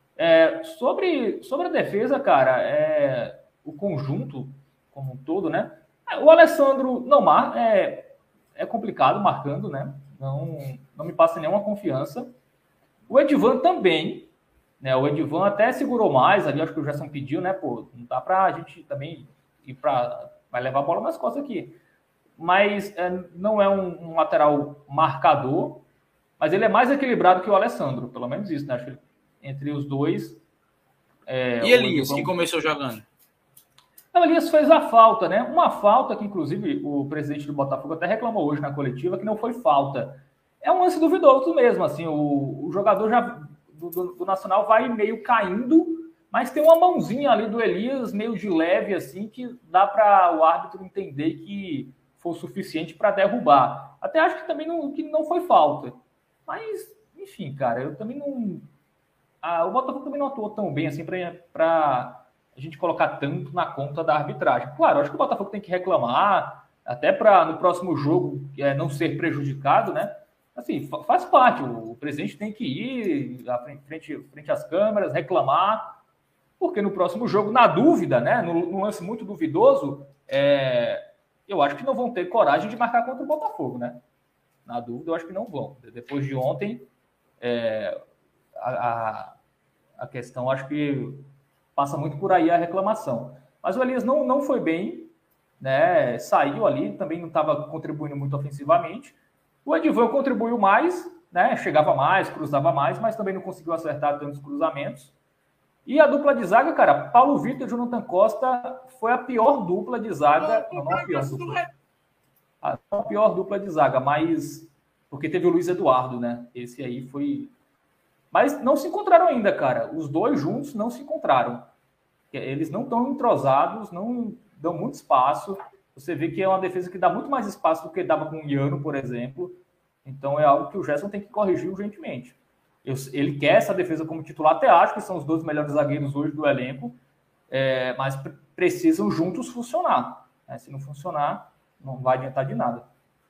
Sobre a defesa, cara, o conjunto como um todo, né? O Alessandro não marca, é complicado marcando, né? Não me passa nenhuma confiança. O Edivan também, né? O Edivan até segurou mais ali, acho que o Gerson pediu, né? Pô, não dá pra gente também vai levar a bola nas costas aqui. Mas não é um lateral marcador, mas ele é mais equilibrado que o Alessandro, pelo menos isso, né? Acho que entre os dois. E Elias, que começou jogando? Não, Elias fez a falta, né? Uma falta que, inclusive, o presidente do Botafogo até reclamou hoje na coletiva, que não foi falta. É um lance duvidoso mesmo, assim, o jogador já do Nacional vai meio caindo, mas tem uma mãozinha ali do Elias, meio de leve, assim, que dá para o árbitro entender que foi o suficiente para derrubar. Até acho que também que não foi falta. Mas, enfim, cara, eu também não... o Botafogo também não atuou tão bem assim para a gente colocar tanto na conta da arbitragem. Claro, acho que o Botafogo tem que reclamar, até para no próximo jogo não ser prejudicado, né? Assim, faz parte, o presidente tem que ir frente às câmeras, reclamar, porque no próximo jogo, na dúvida, né? No lance muito duvidoso, eu acho que não vão ter coragem de marcar contra o Botafogo, né? Na dúvida, eu acho que não vão. Depois de ontem, a questão, acho que passa muito por aí a reclamação. Mas o Elias não foi bem, né? Saiu ali, também não estava contribuindo muito ofensivamente. O Edivan contribuiu mais, né? Chegava mais, cruzava mais, mas também não conseguiu acertar tantos cruzamentos. E a dupla de zaga, cara, Paulo Vitor e Jonathan Costa foi a pior dupla de zaga. Não a pior dupla. A pior dupla de zaga, mas porque teve o Luiz Eduardo, né? Esse aí foi... Mas não se encontraram ainda, cara. Os dois juntos não se encontraram. Eles não estão entrosados, não dão muito espaço. Você vê que é uma defesa que dá muito mais espaço do que dava com o Iano, por exemplo. Então é algo que o Gerson tem que corrigir urgentemente. Ele quer essa defesa como titular, até acho que são os dois melhores zagueiros hoje do elenco, mas precisam juntos funcionar. Né? Se não funcionar, não vai adiantar de nada.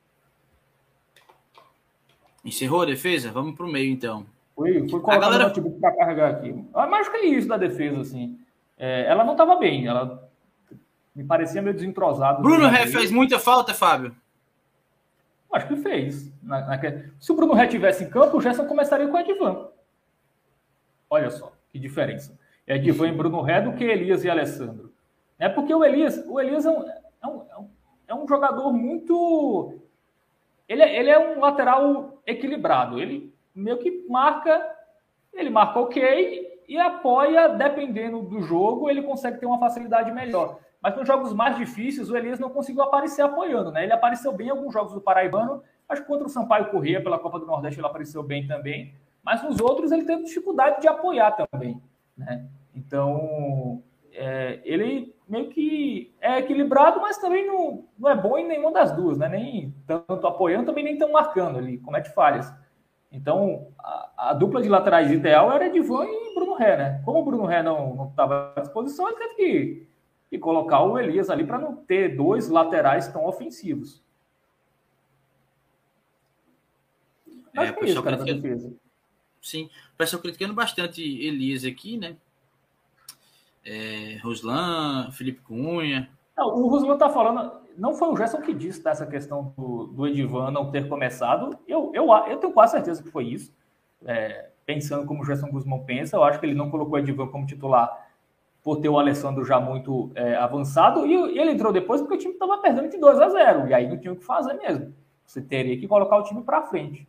Encerrou a defesa? Vamos para o meio, então. Fui colocar o notebook para carregar aqui. Mas acho que é isso da defesa, assim. Ela não estava bem, ela me parecia meio desentrosada. Bruno Ré fez muita falta, Fábio? Acho que fez. Se o Bruno Ré tivesse em campo, o Gerson começaria com o Edivan. Olha só, que diferença. Edivan e Bruno Ré do que Elias e Alessandro. Porque o Elias é um jogador muito... Ele é um lateral equilibrado. Ele meio que ele marca ok e apoia, dependendo do jogo, ele consegue ter uma facilidade melhor. Mas nos jogos mais difíceis, o Elias não conseguiu aparecer apoiando, né? Ele apareceu bem em alguns jogos do Paraibano, acho que contra o Sampaio Corrêa, pela Copa do Nordeste, ele apareceu bem também, mas nos outros ele teve dificuldade de apoiar também, né? Então, ele meio que é equilibrado, mas também não é bom em nenhuma das duas, né? Nem tanto apoiando, também nem tão marcando, ele comete falhas. Então, a dupla de laterais ideal era Edivan e Bruno Ré, né? Como o Bruno Ré não estava à disposição, ele teve que colocar o Elias ali para não ter dois laterais tão ofensivos. Acho que é isso, cara, da defesa. Sim, o pessoal criticando bastante Elias aqui, né? Ruslan, Felipe Cunha. Não, o Ruslan tá falando... Não foi o Gerson que disse dessa questão do Edivan não ter começado. Eu tenho quase certeza que foi isso. Pensando como o Gerson Guzmão pensa, eu acho que ele não colocou o Edivan como titular por ter o Alessandro já muito avançado. E ele entrou depois porque o time estava perdendo de 2-0. E aí não tinha o que fazer mesmo. Você teria que colocar o time para frente.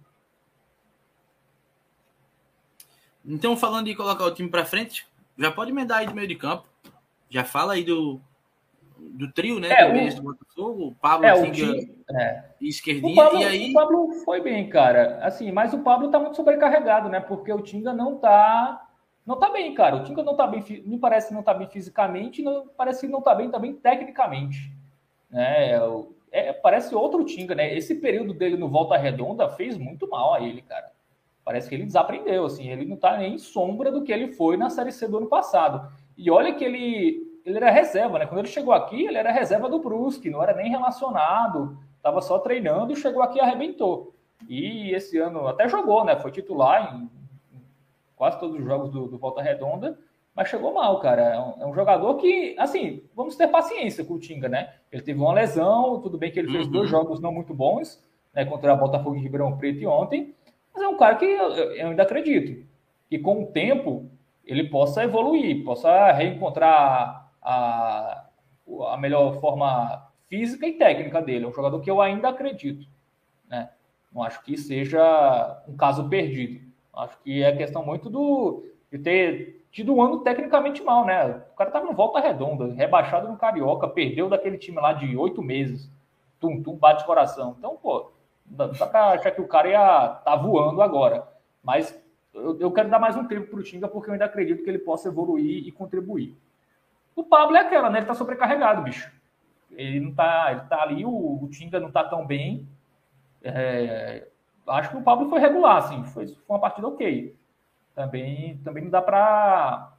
Então, falando em colocar o time para frente, já pode emendar aí do meio de campo. Já fala aí do trio, né, de meias do Botafogo, o Pablo, Tinga e Esquerdinha. O Pablo foi bem, cara. Assim, mas o Pablo tá muito sobrecarregado, né? Porque o Tinga não tá bem, cara. O Tinga não tá bem, me parece que não tá bem fisicamente, não parece que não tá bem também tecnicamente, né? Parece outro Tinga, né? Esse período dele no Volta Redonda fez muito mal a ele, cara. Parece que ele desaprendeu, assim, ele não tá nem em sombra do que ele foi na Série C do ano passado. E olha que ele era reserva, né? Quando ele chegou aqui, ele era reserva do Brusque, não era nem relacionado, estava só treinando e chegou aqui e arrebentou. E esse ano até jogou, né? Foi titular em quase todos os jogos do Volta Redonda, mas chegou mal, cara. É um jogador que, assim, vamos ter paciência com o Tinga, né? Ele teve uma lesão, tudo bem que ele fez 2 jogos não muito bons, né? Contra a Botafogo de Ribeirão Preto e ontem, mas é um cara que eu ainda acredito que com o tempo ele possa evoluir, possa reencontrar a melhor forma física e técnica dele. É um jogador que eu ainda acredito, né? Não acho que seja um caso perdido. Acho que é questão muito de ter tido um ano tecnicamente mal, né? O cara estava no Volta Redonda, rebaixado no Carioca, perdeu daquele time lá de 8 meses. Tum, bate coração. Então, pô, dá pra achar que o cara ia tá voando agora. Mas eu quero dar mais um tempo pro Tinga, porque eu ainda acredito que ele possa evoluir e contribuir. O Pablo é aquela, né? Ele tá sobrecarregado, bicho. Ele tá ali, o Tinga não tá tão bem. Acho que o Pablo foi regular, assim, foi uma partida ok. Também não dá para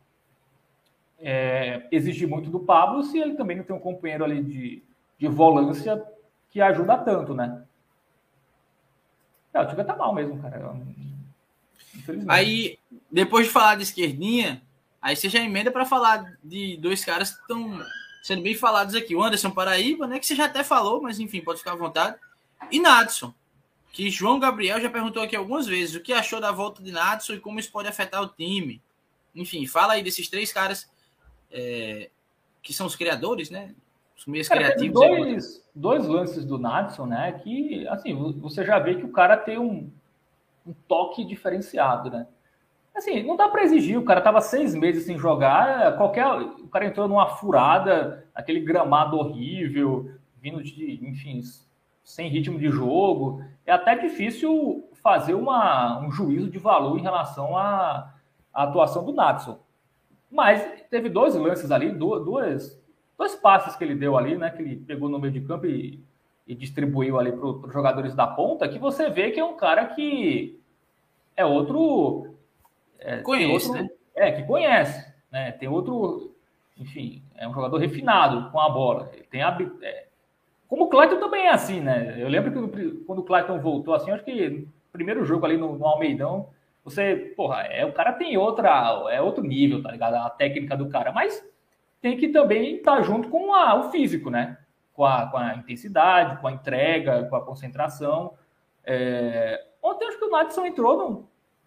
exigir muito do Pablo se ele também não tem um companheiro ali de volância que ajuda tanto, né? O Tinga tá mal mesmo, cara. Infelizmente. Aí, depois de falar de Esquerdinha, aí você já emenda para falar de 2 caras que estão sendo bem falados aqui. O Anderson Paraíba, né, que você já até falou, mas enfim, pode ficar à vontade. E Nadson, que João Gabriel já perguntou aqui algumas vezes o que achou da volta de Nadson e como isso pode afetar o time. Enfim, fala aí desses 3 caras que são os criadores, né? Os meios criativos. Teve dois lances do Nadson, né? Que, assim, você já vê que o cara tem um toque diferenciado, né? Assim, não dá para exigir, o cara tava 6 meses sem jogar, o cara entrou numa furada, aquele gramado horrível, vindo enfim, sem ritmo de jogo. É até difícil fazer um juízo de valor em relação à atuação do Nadson. Mas teve 2 lances ali, dois passes que ele deu ali, né? Que ele pegou no meio de campo e distribuiu ali para os jogadores da ponta, que você vê que é um cara que é outro... conhece, né? Que conhece, né? Tem outro... Enfim, é um jogador refinado com a bola. Tem como o Clayton também é assim, né? Eu lembro que quando o Clayton voltou, assim, acho que no primeiro jogo ali no Almeidão, o cara tem outro nível, tá ligado? A técnica do cara, mas tem que também estar junto com o físico, né? Com a intensidade, com a entrega, com a concentração. Ontem acho que o Nadson entrou,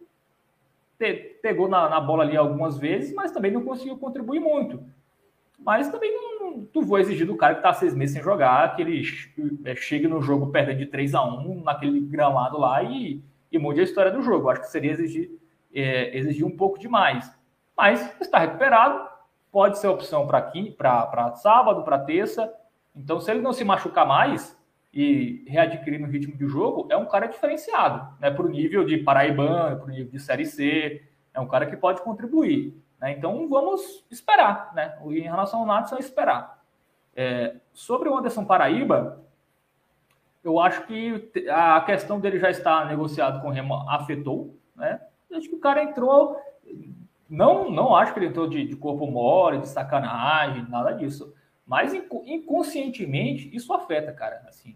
pegou na bola ali algumas vezes, mas também não conseguiu contribuir muito. Mas também não vou exigir do cara que está 6 meses sem jogar, que ele chegue no jogo perdendo de 3-1 naquele gramado lá e mude a história do jogo. Acho que seria exigir um pouco demais. Mas está recuperado, pode ser opção para sábado, para terça. Então, se ele não se machucar mais e readquirir no ritmo de jogo, é um cara diferenciado, né? Para o nível de Paraibano, para o nível de Série C, é um cara que pode contribuir. Então, vamos esperar, né? Em relação ao Nadson, é esperar. Sobre o Anderson Paraíba, eu acho que a questão dele já estar negociado com o Remo afetou, né? Eu acho que o cara entrou... Não acho que ele entrou de corpo mole, de sacanagem, nada disso. Mas, inconscientemente, isso afeta, cara. Assim,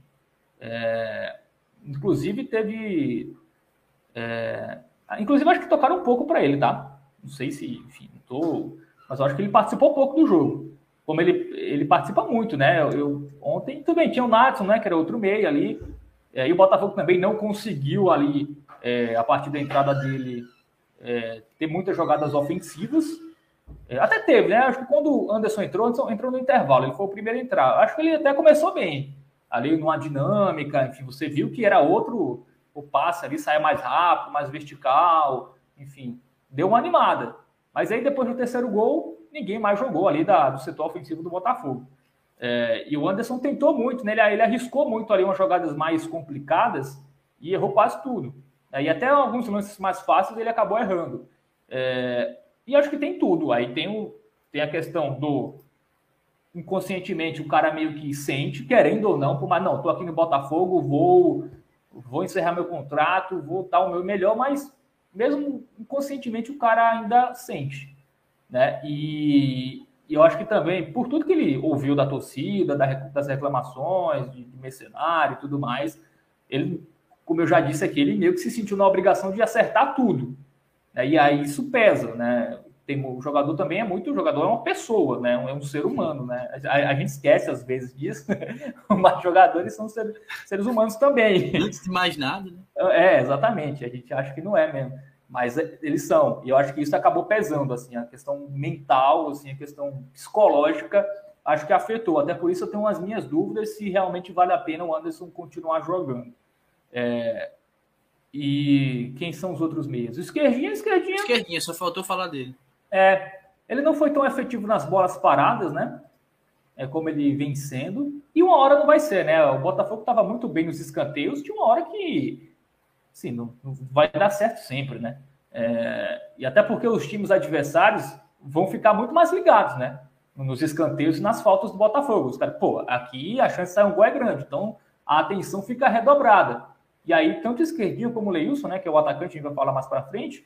inclusive, teve... inclusive, acho que tocaram um pouco para ele, tá? Não sei se, enfim, mas eu acho que ele participou pouco do jogo. Como ele participa muito, né? Ontem, tudo bem, tinha o Nadson, né? Que era outro meio ali. E o Botafogo também não conseguiu ali, a partir da entrada dele, ter muitas jogadas ofensivas. Até teve, né? Acho que quando o Anderson entrou no intervalo. Ele foi o primeiro a entrar. Acho que ele até começou bem. Ali numa dinâmica, enfim, você viu que era outro... O passe ali saia mais rápido, mais vertical, enfim... Deu uma animada. Mas aí, depois do terceiro gol, ninguém mais jogou ali do setor ofensivo do Botafogo. E o Anderson tentou muito, né? Ele arriscou muito ali umas jogadas mais complicadas e errou quase tudo. E até alguns lances mais fáceis ele acabou errando. E acho que tem tudo. Aí tem a questão do inconscientemente o cara meio que sente, querendo ou não, mas não, tô aqui no Botafogo, vou encerrar meu contrato, vou dar o meu melhor, mas mesmo inconscientemente o cara ainda sente, né? E eu acho que também, por tudo que ele ouviu da torcida, das reclamações, de mercenário e tudo mais, ele, como eu já disse aqui, ele meio que se sentiu na obrigação de acertar tudo, né? E aí isso pesa, né? O jogador também o jogador é uma pessoa, né? É um ser humano, né? A gente esquece às vezes disso, mas jogadores são seres humanos também. Antes de mais nada, né? Exatamente. A gente acha que não é mesmo, mas eles são. E eu acho que isso acabou pesando, assim, a questão mental, assim, a questão psicológica, acho que afetou. Até por isso eu tenho as minhas dúvidas se realmente vale a pena o Anderson continuar jogando. E quem são os outros meios? Esquerdinha. Esquerdinha, só faltou falar dele. Ele não foi tão efetivo nas bolas paradas, né? Como ele vem sendo. E uma hora não vai ser, né? O Botafogo estava muito bem nos escanteios, tinha uma hora que assim, não vai dar certo sempre, né? E até porque os times adversários vão ficar muito mais ligados, né? Nos escanteios e nas faltas do Botafogo. Os caras, aqui a chance de sair um gol é grande, então a atenção fica redobrada. E aí, tanto o Esquerdinho como o Leilson, né, que é o atacante, a gente vai falar mais para frente,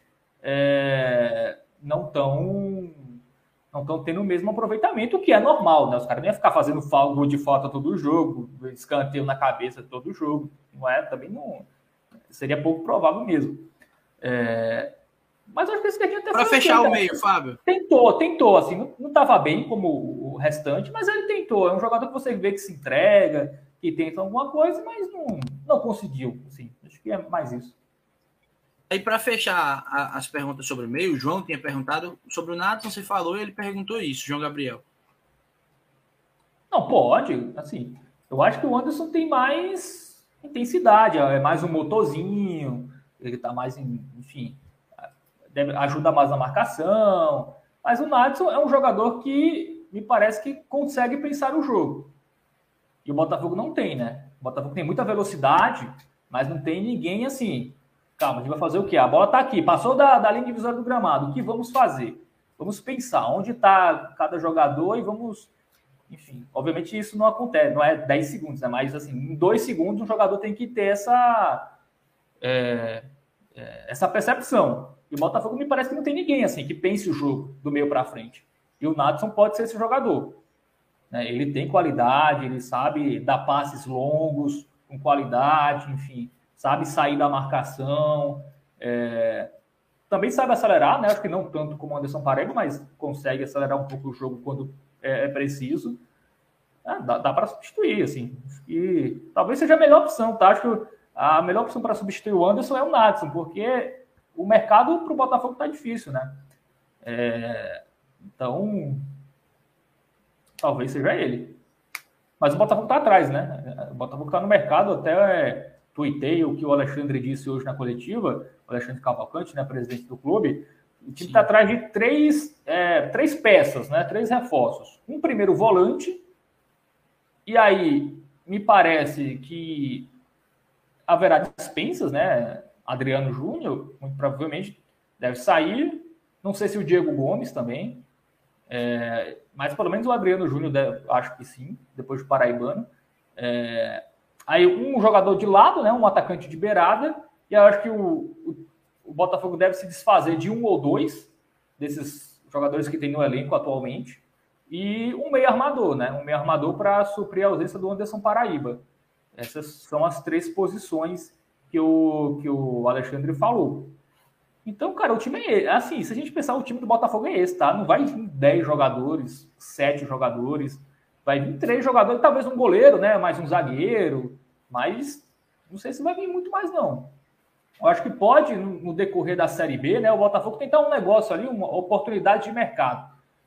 não estão tendo o mesmo aproveitamento, o que é normal, né? Os caras não iam ficar fazendo gol de falta todo jogo, escanteio na cabeça todo jogo. Também não seria pouco provável mesmo. Mas eu acho que esse Esquerdinho até para fechar o meio, Fábio. Tentou, assim, não estava bem como o restante, mas ele tentou. É um jogador que você vê que se entrega, que tenta alguma coisa, mas não conseguiu. Assim. Acho que é mais isso. Aí, para fechar as perguntas sobre o meio, o João tinha perguntado sobre o Natson, você falou e ele perguntou isso, João Gabriel. Não, pode. Assim, eu acho que o Anderson tem mais intensidade, é mais um motorzinho, ele está mais, enfim, ajuda mais na marcação. Mas o Natson é um jogador que me parece que consegue pensar o jogo. E o Botafogo não tem, né? O Botafogo tem muita velocidade, mas não tem ninguém assim. Calma, a gente vai fazer o quê? A bola está aqui, passou da linha divisória do gramado. O que vamos fazer? Vamos pensar onde está cada jogador e vamos... Enfim, obviamente isso não acontece, não é 10 segundos, né? Mas assim, em 2 segundos um jogador tem que ter essa percepção. E o Botafogo me parece que não tem ninguém assim que pense o jogo do meio para frente. E o Natson pode ser esse jogador. Ele tem qualidade, ele sabe dar passes longos, com qualidade, enfim, sabe sair da marcação, também sabe acelerar, né? Acho que não tanto como o Anderson Paraíba, mas consegue acelerar um pouco o jogo quando é preciso. Dá para substituir, assim. E talvez seja a melhor opção, tá? Acho que a melhor opção para substituir o Anderson é o Natson, porque o mercado para o Botafogo está difícil, né? Então, talvez seja ele. Mas o Botafogo está atrás, né? O Botafogo está no mercado, até tuitei o que o Alexandre disse hoje na coletiva, o Alexandre Cavalcante, né, presidente do clube. O time está atrás de três peças, né? 3 reforços. Um primeiro volante, e aí me parece que haverá dispensas, né? Adriano Júnior, muito provavelmente, deve sair. Não sei se o Diego Gomes também. Mas pelo menos o Adriano Júnior, acho que sim, depois do Paraibano. Aí um jogador de lado, né, um atacante de beirada, e eu acho que o Botafogo deve se desfazer de 1 ou 2 desses jogadores que tem no elenco atualmente, e um meio armador, né, um meio armador para suprir a ausência do Anderson Paraíba. Essas são as 3 posições que o Alexandre falou. Então, cara, o time é assim, se a gente pensar, o time do Botafogo é esse, tá? Não vai vir 10 jogadores, 7 jogadores, vai vir 3 jogadores, talvez um goleiro, né? Mais um zagueiro, mas não sei se vai vir muito mais, não. Eu acho que pode, no decorrer da Série B, né? O Botafogo tentar um negócio ali, uma oportunidade de mercado.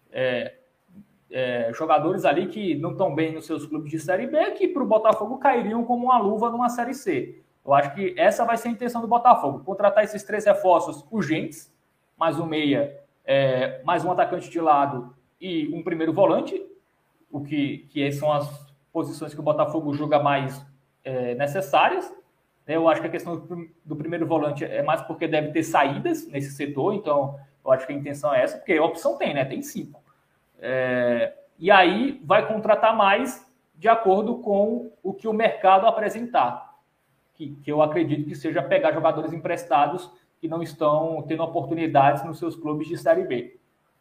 Jogadores ali que não estão bem nos seus clubes de Série B, que para o Botafogo cairiam como uma luva numa Série C. Eu acho que essa vai ser a intenção do Botafogo, contratar esses 3 reforços urgentes, mais um meia, mais um atacante de lado e um primeiro volante, que são as posições que o Botafogo julga mais necessárias. Eu acho que a questão do primeiro volante é mais porque deve ter saídas nesse setor, então eu acho que a intenção é essa, porque a opção tem, né? Tem 5. E aí vai contratar mais de acordo com o que o mercado apresentar, que eu acredito que seja pegar jogadores emprestados que não estão tendo oportunidades nos seus clubes de Série B.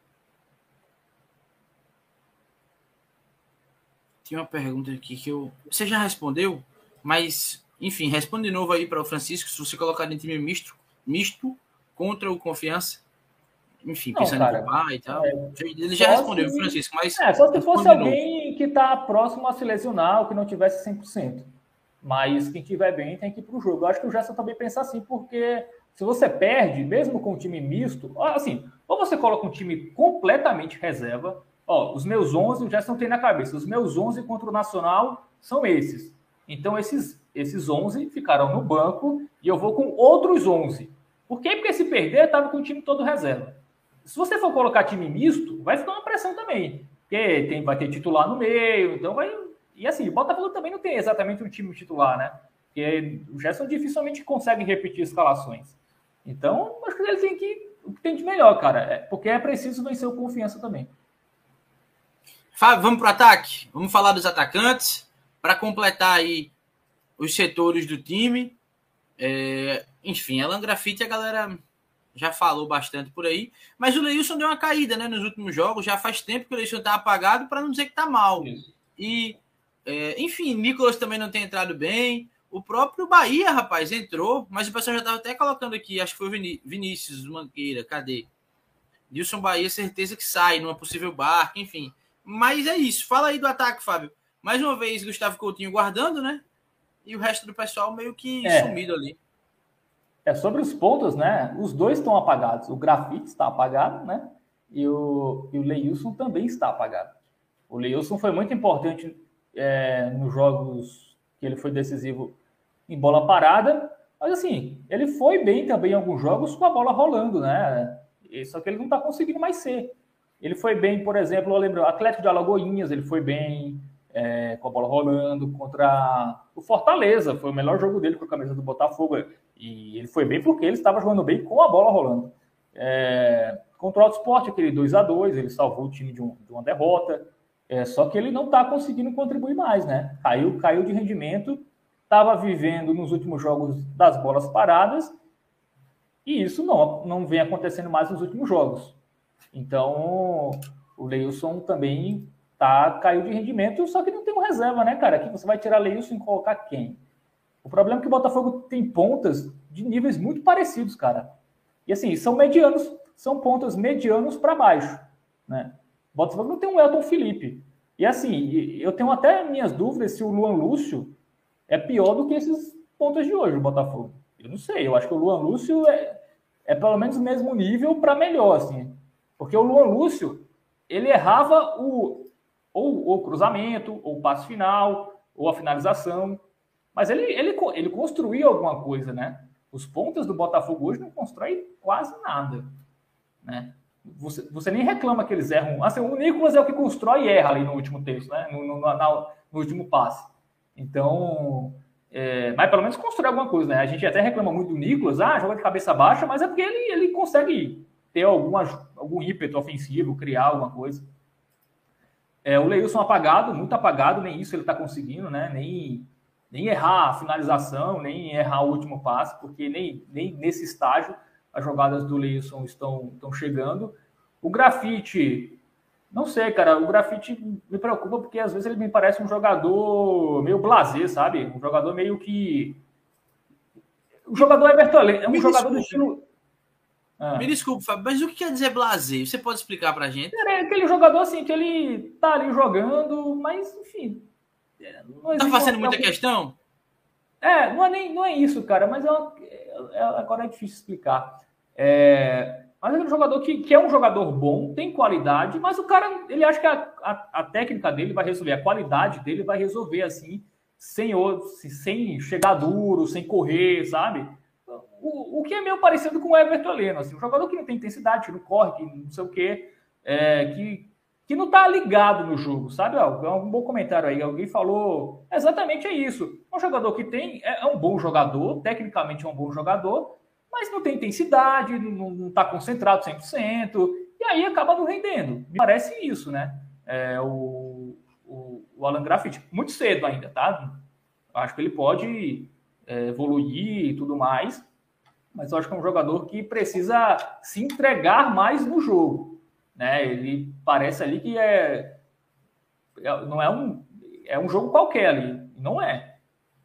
Tinha uma pergunta aqui que você já respondeu, mas, enfim, responde de novo aí para o Francisco, se você colocar em time misto contra o Confiança. Enfim, pensando em poupar e tal. Ele já respondeu, Francisco, mas... só se fosse alguém que está próximo a se lesionar ou que não tivesse 100%. Mas quem tiver bem tem que ir para o jogo. Eu acho que o Gerson também pensa assim, porque se você perde, mesmo com um time misto, assim, ou você coloca um time completamente reserva, os meus 11, o Gerson tem na cabeça, os meus 11 contra o Nacional são esses. Então, esses 11 ficaram no banco e eu vou com outros 11. Por quê? Porque se perder, estava com o time todo reserva. Se você for colocar time misto, vai ficar uma pressão também. Porque vai ter titular no meio, então vai... E assim, o Botafogo também não tem exatamente um time titular, né? Porque o Gerson dificilmente consegue repetir escalações. Então, acho que ele tem o que tem de melhor, cara. Porque é preciso vencer o Confiança também. Fábio, vamos para o ataque? Vamos falar dos atacantes para completar aí os setores do time. Enfim, Alan Graffiti a galera já falou bastante por aí, mas o Leilson deu uma caída, né, nos últimos jogos. Já faz tempo que o Leilson está apagado, para não dizer que está mal. Isso. E, enfim, Nicolas também não tem entrado bem. O próprio Bahia, rapaz, entrou, mas o pessoal já estava até colocando aqui, acho que foi o Vinícius Manqueira, cadê? Dilson Bahia, certeza que sai numa possível barca, enfim. Mas é isso. Fala aí do ataque, Fábio. Mais uma vez, Gustavo Coutinho guardando, né? E o resto do pessoal meio que sumido ali. Sobre os pontos, né? Os dois estão apagados. O Graffiti está apagado, né? E o Leilson também está apagado. O Leilson foi muito importante nos jogos que ele foi decisivo em bola parada. Mas, assim, ele foi bem também em alguns jogos com a bola rolando, né? Só que ele não está conseguindo mais ser. Ele foi bem, por exemplo, eu lembro, o Atlético de Alagoinhas, ele foi bem com a bola rolando contra o Fortaleza. Foi o melhor jogo dele com a camisa do Botafogo. E ele foi bem porque ele estava jogando bem com a bola rolando. Contra o Auto Sport, aquele 2-2, ele salvou o time de uma derrota. Só que ele não está conseguindo contribuir mais, né? Caiu de rendimento, estava vivendo nos últimos jogos das bolas paradas, e isso não vem acontecendo mais nos últimos jogos. Então, o Leilson também caiu de rendimento, só que não tem um reserva, né, cara? Que você vai tirar Leilson e colocar quem? O problema é que o Botafogo tem pontas de níveis muito parecidos, cara. E assim, são pontas medianos para baixo, né? O Botafogo não tem um Elton Felipe. E assim, eu tenho até minhas dúvidas se o Luan Lúcio é pior do que esses pontas de hoje, o Botafogo. Eu não sei, eu acho que o Luan Lúcio é pelo menos o mesmo nível para melhor, assim. Porque o Luan Lúcio, ele errava ou o cruzamento, ou o passe final, ou a finalização. Mas ele construía alguma coisa, né? Os pontas do Botafogo hoje não constroem quase nada, né? Você nem reclama que eles erram. Assim, o Nicolas é o que constrói e erra ali no último terço, né? No último passe. Então, mas pelo menos constrói alguma coisa, né? A gente até reclama muito do Nicolas, joga de cabeça baixa, mas é porque ele consegue ter algum ímpeto ofensivo, criar alguma coisa. O Leilson apagado, muito apagado, nem isso ele está conseguindo, né? Nem errar a finalização, nem errar o último passe, porque nem nesse estágio as jogadas do Leilson estão chegando. O Graffiti, não sei, cara, o Graffiti me preocupa porque às vezes ele me parece um jogador meio blasé, sabe? Um jogador meio que... O jogador Everton é um jogador do estilo... Me desculpe, Fábio, mas o que quer dizer blasé? Você pode explicar pra gente? É aquele jogador assim, que ele tá ali jogando, mas enfim... Tá fazendo muita questão? Não é isso, cara, mas agora é difícil explicar. Mas é um jogador que é um jogador bom, tem qualidade, mas o cara, ele acha que a técnica dele vai resolver, a qualidade dele vai resolver assim, sem chegar duro, sem correr, sabe? O que é meio parecido com o Everton Heleno, assim, um jogador que não tem intensidade, que não corre, que não sei o quê, que não está ligado no jogo, sabe? Ó, um bom comentário aí, alguém falou exatamente isso. Um jogador que é um bom jogador, tecnicamente é um bom jogador, mas não tem intensidade, não está concentrado 100%, e aí acaba não rendendo. Me parece isso, né? O Alan Graffiti, muito cedo ainda, tá? Acho que ele pode evoluir e tudo mais, mas eu acho que é um jogador que precisa se entregar mais no jogo, né? Ele parece ali que não é um jogo qualquer ali, não é.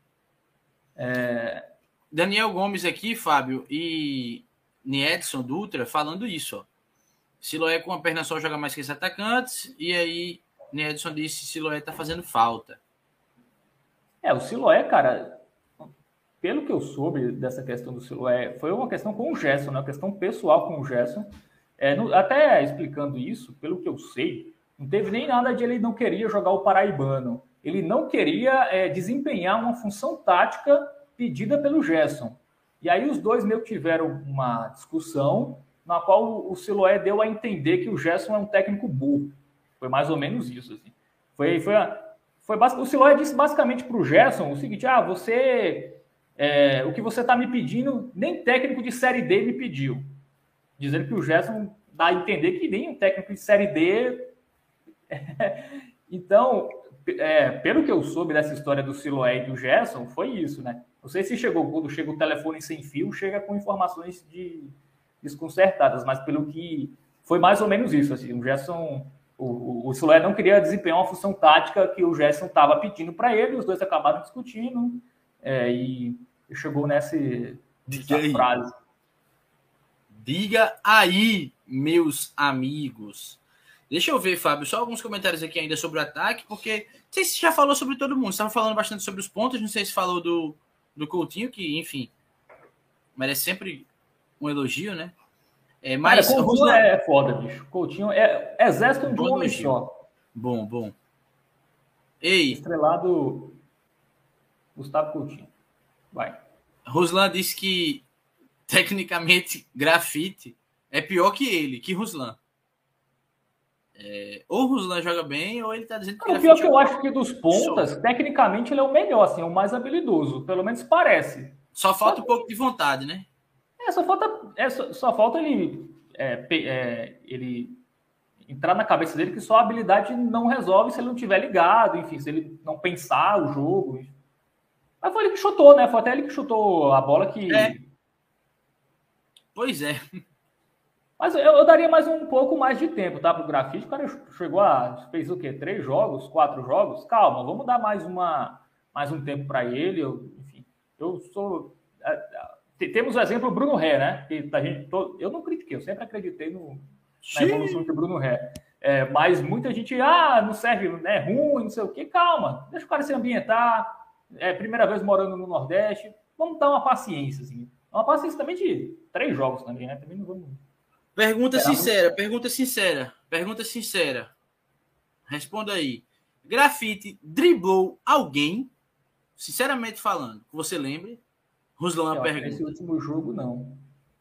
Daniel Gomes aqui, Fábio, e Niedson Dutra falando isso, ó. Siloé com a perna só joga mais que esses atacantes, e aí Niedson disse que Siloé tá fazendo falta. O Siloé, cara, pelo que eu soube dessa questão do Siloé, foi uma questão com o Gerson, né? Uma questão pessoal com o Gerson. Até explicando isso, pelo que eu sei, não teve nem nada de ele não queria jogar o paraibano. Ele não queria desempenhar uma função tática pedida pelo Gerson. E aí os dois meio que tiveram uma discussão na qual o Siloé deu a entender que o Gerson é um técnico burro. Foi mais ou menos isso. Assim. O Siloé disse basicamente para o Gerson o seguinte: o que você está me pedindo, nem técnico de Série D me pediu. Dizendo que o Gerson dá a entender que nem um técnico de Série D. Então, pelo que eu soube dessa história do Siloé e do Gerson, foi isso, né? Não sei se quando chega o telefone sem fio, chega com informações desconcertadas, mas pelo que foi mais ou menos isso. Assim, o Gerson, o Siloé não queria desempenhar uma função tática que o Gerson estava pedindo para ele, os dois acabaram discutindo e chegou nessa frase. Diga aí, meus amigos. Deixa eu ver, Fábio, só alguns comentários aqui ainda sobre o ataque, porque não sei se já falou sobre todo mundo. Você estava falando bastante sobre os pontos, não sei se falou do Coutinho, que, enfim, merece sempre um elogio, né? Mas Coutinho é foda, bicho. Coutinho é exército de um homem só. Bom. Ei. Estrelado Gustavo Coutinho. Vai. Ruslan disse que tecnicamente Graffiti é pior que ele, que Ruslan. Ou o Ruslan joga bem, ou ele tá dizendo que o pior que eu acho que dos pontas, tecnicamente ele é o melhor, assim, o mais habilidoso, pelo menos parece. Só falta um pouco de vontade, né? Só falta ele entrar na cabeça dele que só a habilidade não resolve se ele não tiver ligado, enfim, se ele não pensar o jogo. Mas foi ele que chutou, né? Foi até ele que chutou a bola que... Pois é. Mas eu daria mais um pouco mais de tempo, tá? Pro Graffiti. O cara fez o quê? 3 jogos? 4 jogos? Calma, vamos dar mais um tempo para ele. Enfim, temos o exemplo Bruno Ré, né? Que eu não critiquei, eu sempre acreditei na evolução de Bruno Ré. Mas muita gente, não serve, é ruim, não sei o quê. Calma, deixa o cara se ambientar. Primeira vez morando no Nordeste. Vamos dar uma paciência, assim. Uma paciência também de 3 jogos também, né? Também não vamos... Pergunta sincera. Responda aí. Graffiti driblou alguém, sinceramente falando, que você lembre? Ruslan pergunta. Nesse último jogo, não.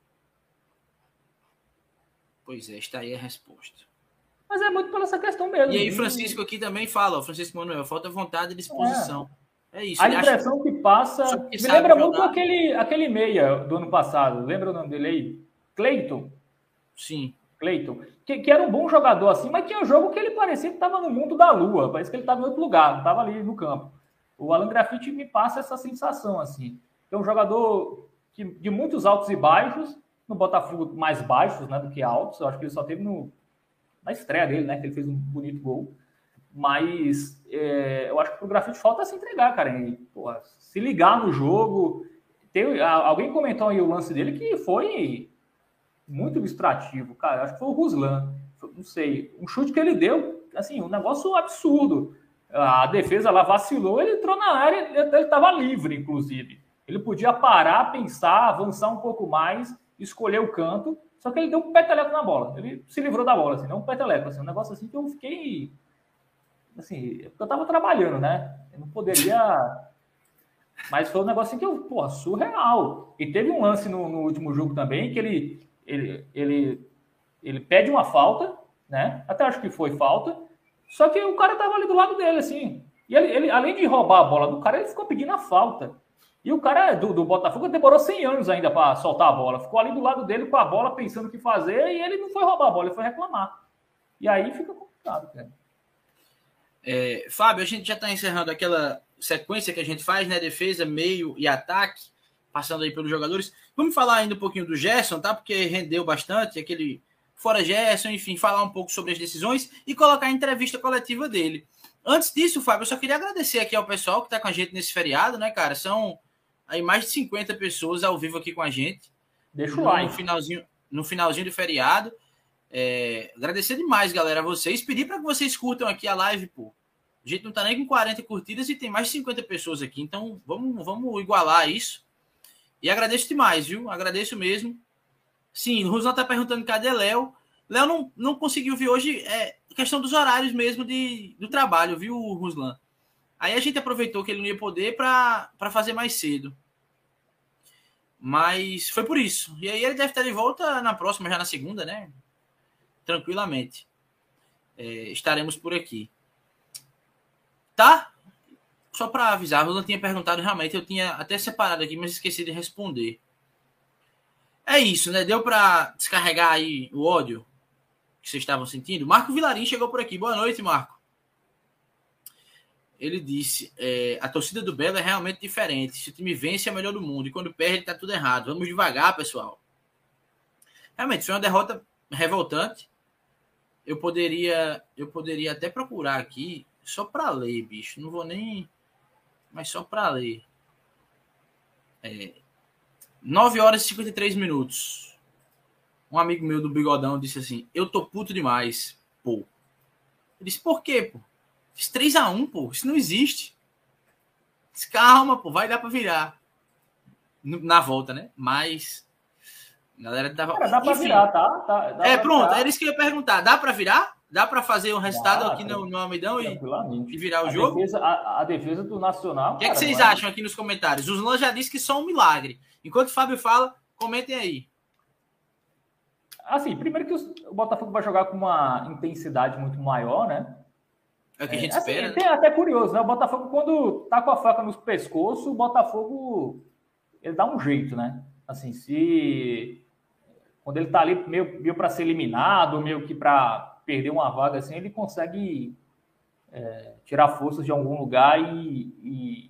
Pois está aí a resposta. Mas é muito pela essa questão mesmo. E aí Francisco aqui também fala, Francisco Manuel, falta vontade e disposição. É isso. A impressão que passa... Me lembra muito aquele meia do ano passado. Lembra o nome dele aí? Cleiton. Sim. Cleiton, que era um bom jogador assim, mas tinha um jogo que ele parecia que estava no mundo da lua, parece que ele estava em outro lugar, não estava ali no campo. O Alan Graffiti me passa essa sensação, assim. É um jogador de muitos altos e baixos, no Botafogo mais baixos, né, do que altos, eu acho que ele só teve na estreia dele, né, que ele fez um bonito gol, mas eu acho que pro Graffiti falta se entregar, cara, se ligar no jogo. Alguém comentou aí o lance dele que foi... muito distrativo, cara. Acho que foi o Ruslan. Não sei. Um chute que ele deu, assim, um negócio absurdo. A defesa lá vacilou, ele entrou na área, ele estava livre, inclusive. Ele podia parar, pensar, avançar um pouco mais, escolher o canto, só que ele deu um peteleco na bola. Ele se livrou da bola, assim, não um peteleco, assim, um negócio assim que eu fiquei... Assim, eu estava trabalhando, né? Eu não poderia... Mas foi um negócio assim que eu, surreal. E teve um lance no último jogo também, que ele pede uma falta, né? Até acho que foi falta. Só que o cara tava ali do lado dele, assim. E ele além de roubar a bola do cara, ele ficou pedindo a falta. E o cara do Botafogo demorou 100 anos ainda para soltar a bola. Ficou ali do lado dele com a bola, pensando o que fazer, e ele não foi roubar a bola, ele foi reclamar. E aí fica complicado, cara. Fábio, a gente já está encerrando aquela sequência que a gente faz, né? Defesa, meio e ataque, passando aí pelos jogadores. Vamos falar ainda um pouquinho do Gerson, tá? Porque rendeu bastante, aquele fora Gerson, enfim, falar um pouco sobre as decisões e colocar a entrevista coletiva dele. Antes disso, Fábio, eu só queria agradecer aqui ao pessoal que está com a gente nesse feriado, né, cara? São aí mais de 50 pessoas ao vivo aqui com a gente. Deixa o like. No finalzinho do feriado. Agradecer demais, galera, a vocês. Pedir para que vocês curtam aqui a live, pô. A gente não tá nem com 40 curtidas e tem mais de 50 pessoas aqui. Então, vamos igualar isso. E agradeço demais, viu? Agradeço mesmo. Sim, o Ruslan tá perguntando cadê Léo. Léo não conseguiu vir hoje. Questão dos horários mesmo do trabalho, viu, Ruslan? Aí a gente aproveitou que ele não ia poder para fazer mais cedo. Mas foi por isso. E aí ele deve estar de volta na próxima, já na segunda, né? Tranquilamente. Estaremos por aqui. Tá? Só para avisar, eu não tinha perguntado realmente, eu tinha até separado aqui, mas esqueci de responder. É isso, né? Deu para descarregar aí o ódio que vocês estavam sentindo? Marco Vilarim chegou por aqui. Boa noite, Marco. Ele disse, a torcida do Belo é realmente diferente. Se o time vence, é o melhor do mundo. E quando perde, tá tudo errado. Vamos devagar, pessoal. Realmente, foi uma derrota revoltante. Eu poderia até procurar aqui, só para ler, bicho. Não vou nem... Mas só para ler. 9 horas e 53 minutos. Um amigo meu do Bigodão disse assim, eu tô puto demais, pô. Eu disse, por quê, pô? Fiz 3-1, pô. Isso não existe. Disse, calma, pô. Vai dar para virar. Na volta, né? Mas... A galera dava... Cara, dá para virar, tá? Dá pronto. virar. Era isso que eu ia perguntar. Dá para virar? Dá para fazer um resultado aqui no Almeidão e virar o jogo? A defesa do Nacional... O que vocês acham aqui nos comentários? O Zlan já disse que só um milagre. Enquanto o Fábio fala, comentem aí. Assim, primeiro que o Botafogo vai jogar com uma intensidade muito maior, né? É o que a gente espera. Tem até curioso, né? O Botafogo, quando tá com a faca no pescoço, o Botafogo ele dá um jeito, né? Assim, quando ele tá ali meio para ser eliminado, meio que para perder uma vaga, assim, ele consegue tirar forças de algum lugar e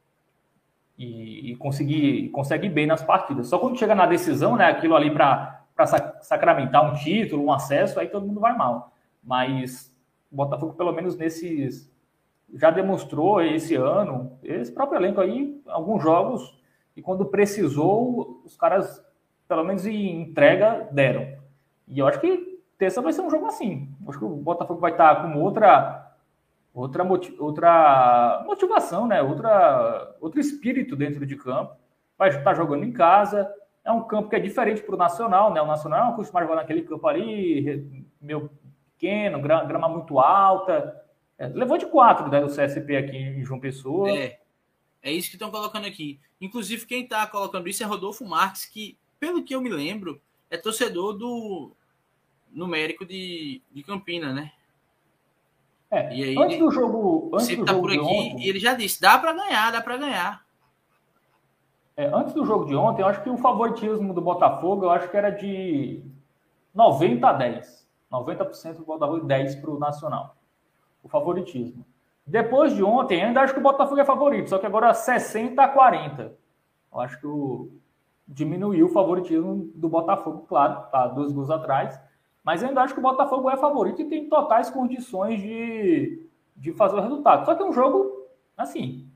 consegue ir bem nas partidas. Só quando chega na decisão, né? Aquilo ali para sacramentar um título, um acesso, aí todo mundo vai mal. Mas o Botafogo, pelo menos já demonstrou esse ano, esse próprio elenco aí, alguns jogos, e quando precisou, os caras, pelo menos em entrega, deram. E eu acho que terça vai ser um jogo assim. Eu acho que o Botafogo vai estar com outra motivação, né? Outro espírito dentro de campo. Vai estar jogando em casa. É um campo que é diferente para o Nacional, né? O Nacional é acostumado a jogar naquele campo ali, meio pequeno, grama muito alta. Levou de 4, né, do CSP aqui em João Pessoa. É isso que estão colocando aqui. Inclusive, quem está colocando isso é Rodolfo Marques, que, pelo que eu me lembro, é torcedor do Numérico de Campina, né? E aí, antes do jogo por aqui, ontem, e ele já disse, dá para ganhar. Antes do jogo de ontem, eu acho que o favoritismo do Botafogo, eu acho que era de 90-10. 90% do Botafogo e 10% para o Nacional. O favoritismo. Depois de ontem, ainda acho que o Botafogo é favorito, só que agora 60-40. Eu acho que diminuiu o favoritismo do Botafogo, claro, tá 2 gols atrás. Mas ainda acho que o Botafogo é favorito e tem totais condições de fazer o resultado. Só que é um jogo, assim,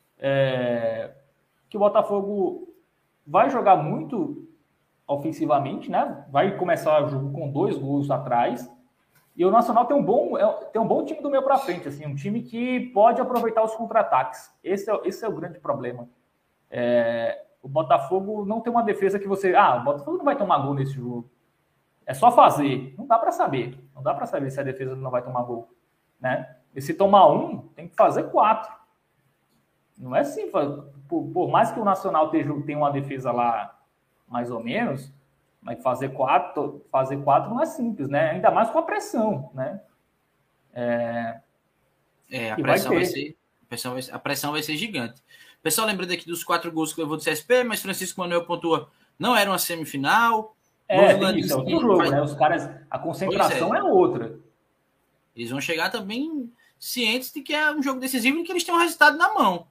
que o Botafogo vai jogar muito ofensivamente, né? Vai começar o jogo com 2 gols atrás. E o Nacional tem um bom time do meio para frente, assim, um time que pode aproveitar os contra-ataques. Esse é o grande problema. O Botafogo não tem uma defesa que você... o Botafogo não vai tomar gol nesse jogo. É só fazer. Não dá para saber. Não dá para saber se a defesa não vai tomar gol, né? E se tomar 1, tem que fazer 4. Não é assim. Por mais que o Nacional tenha uma defesa lá mais ou menos, Mas fazer quatro não é simples, né? Ainda mais com a pressão, né? A pressão vai ser gigante. O pessoal lembrando aqui dos 4 gols que levou do CSP, mas Francisco Manuel pontua, não era uma semifinal. Tem isso, é outro jogo, né? Os caras, a concentração é outra. Eles vão chegar também cientes de que é um jogo decisivo e que eles têm um resultado na mão.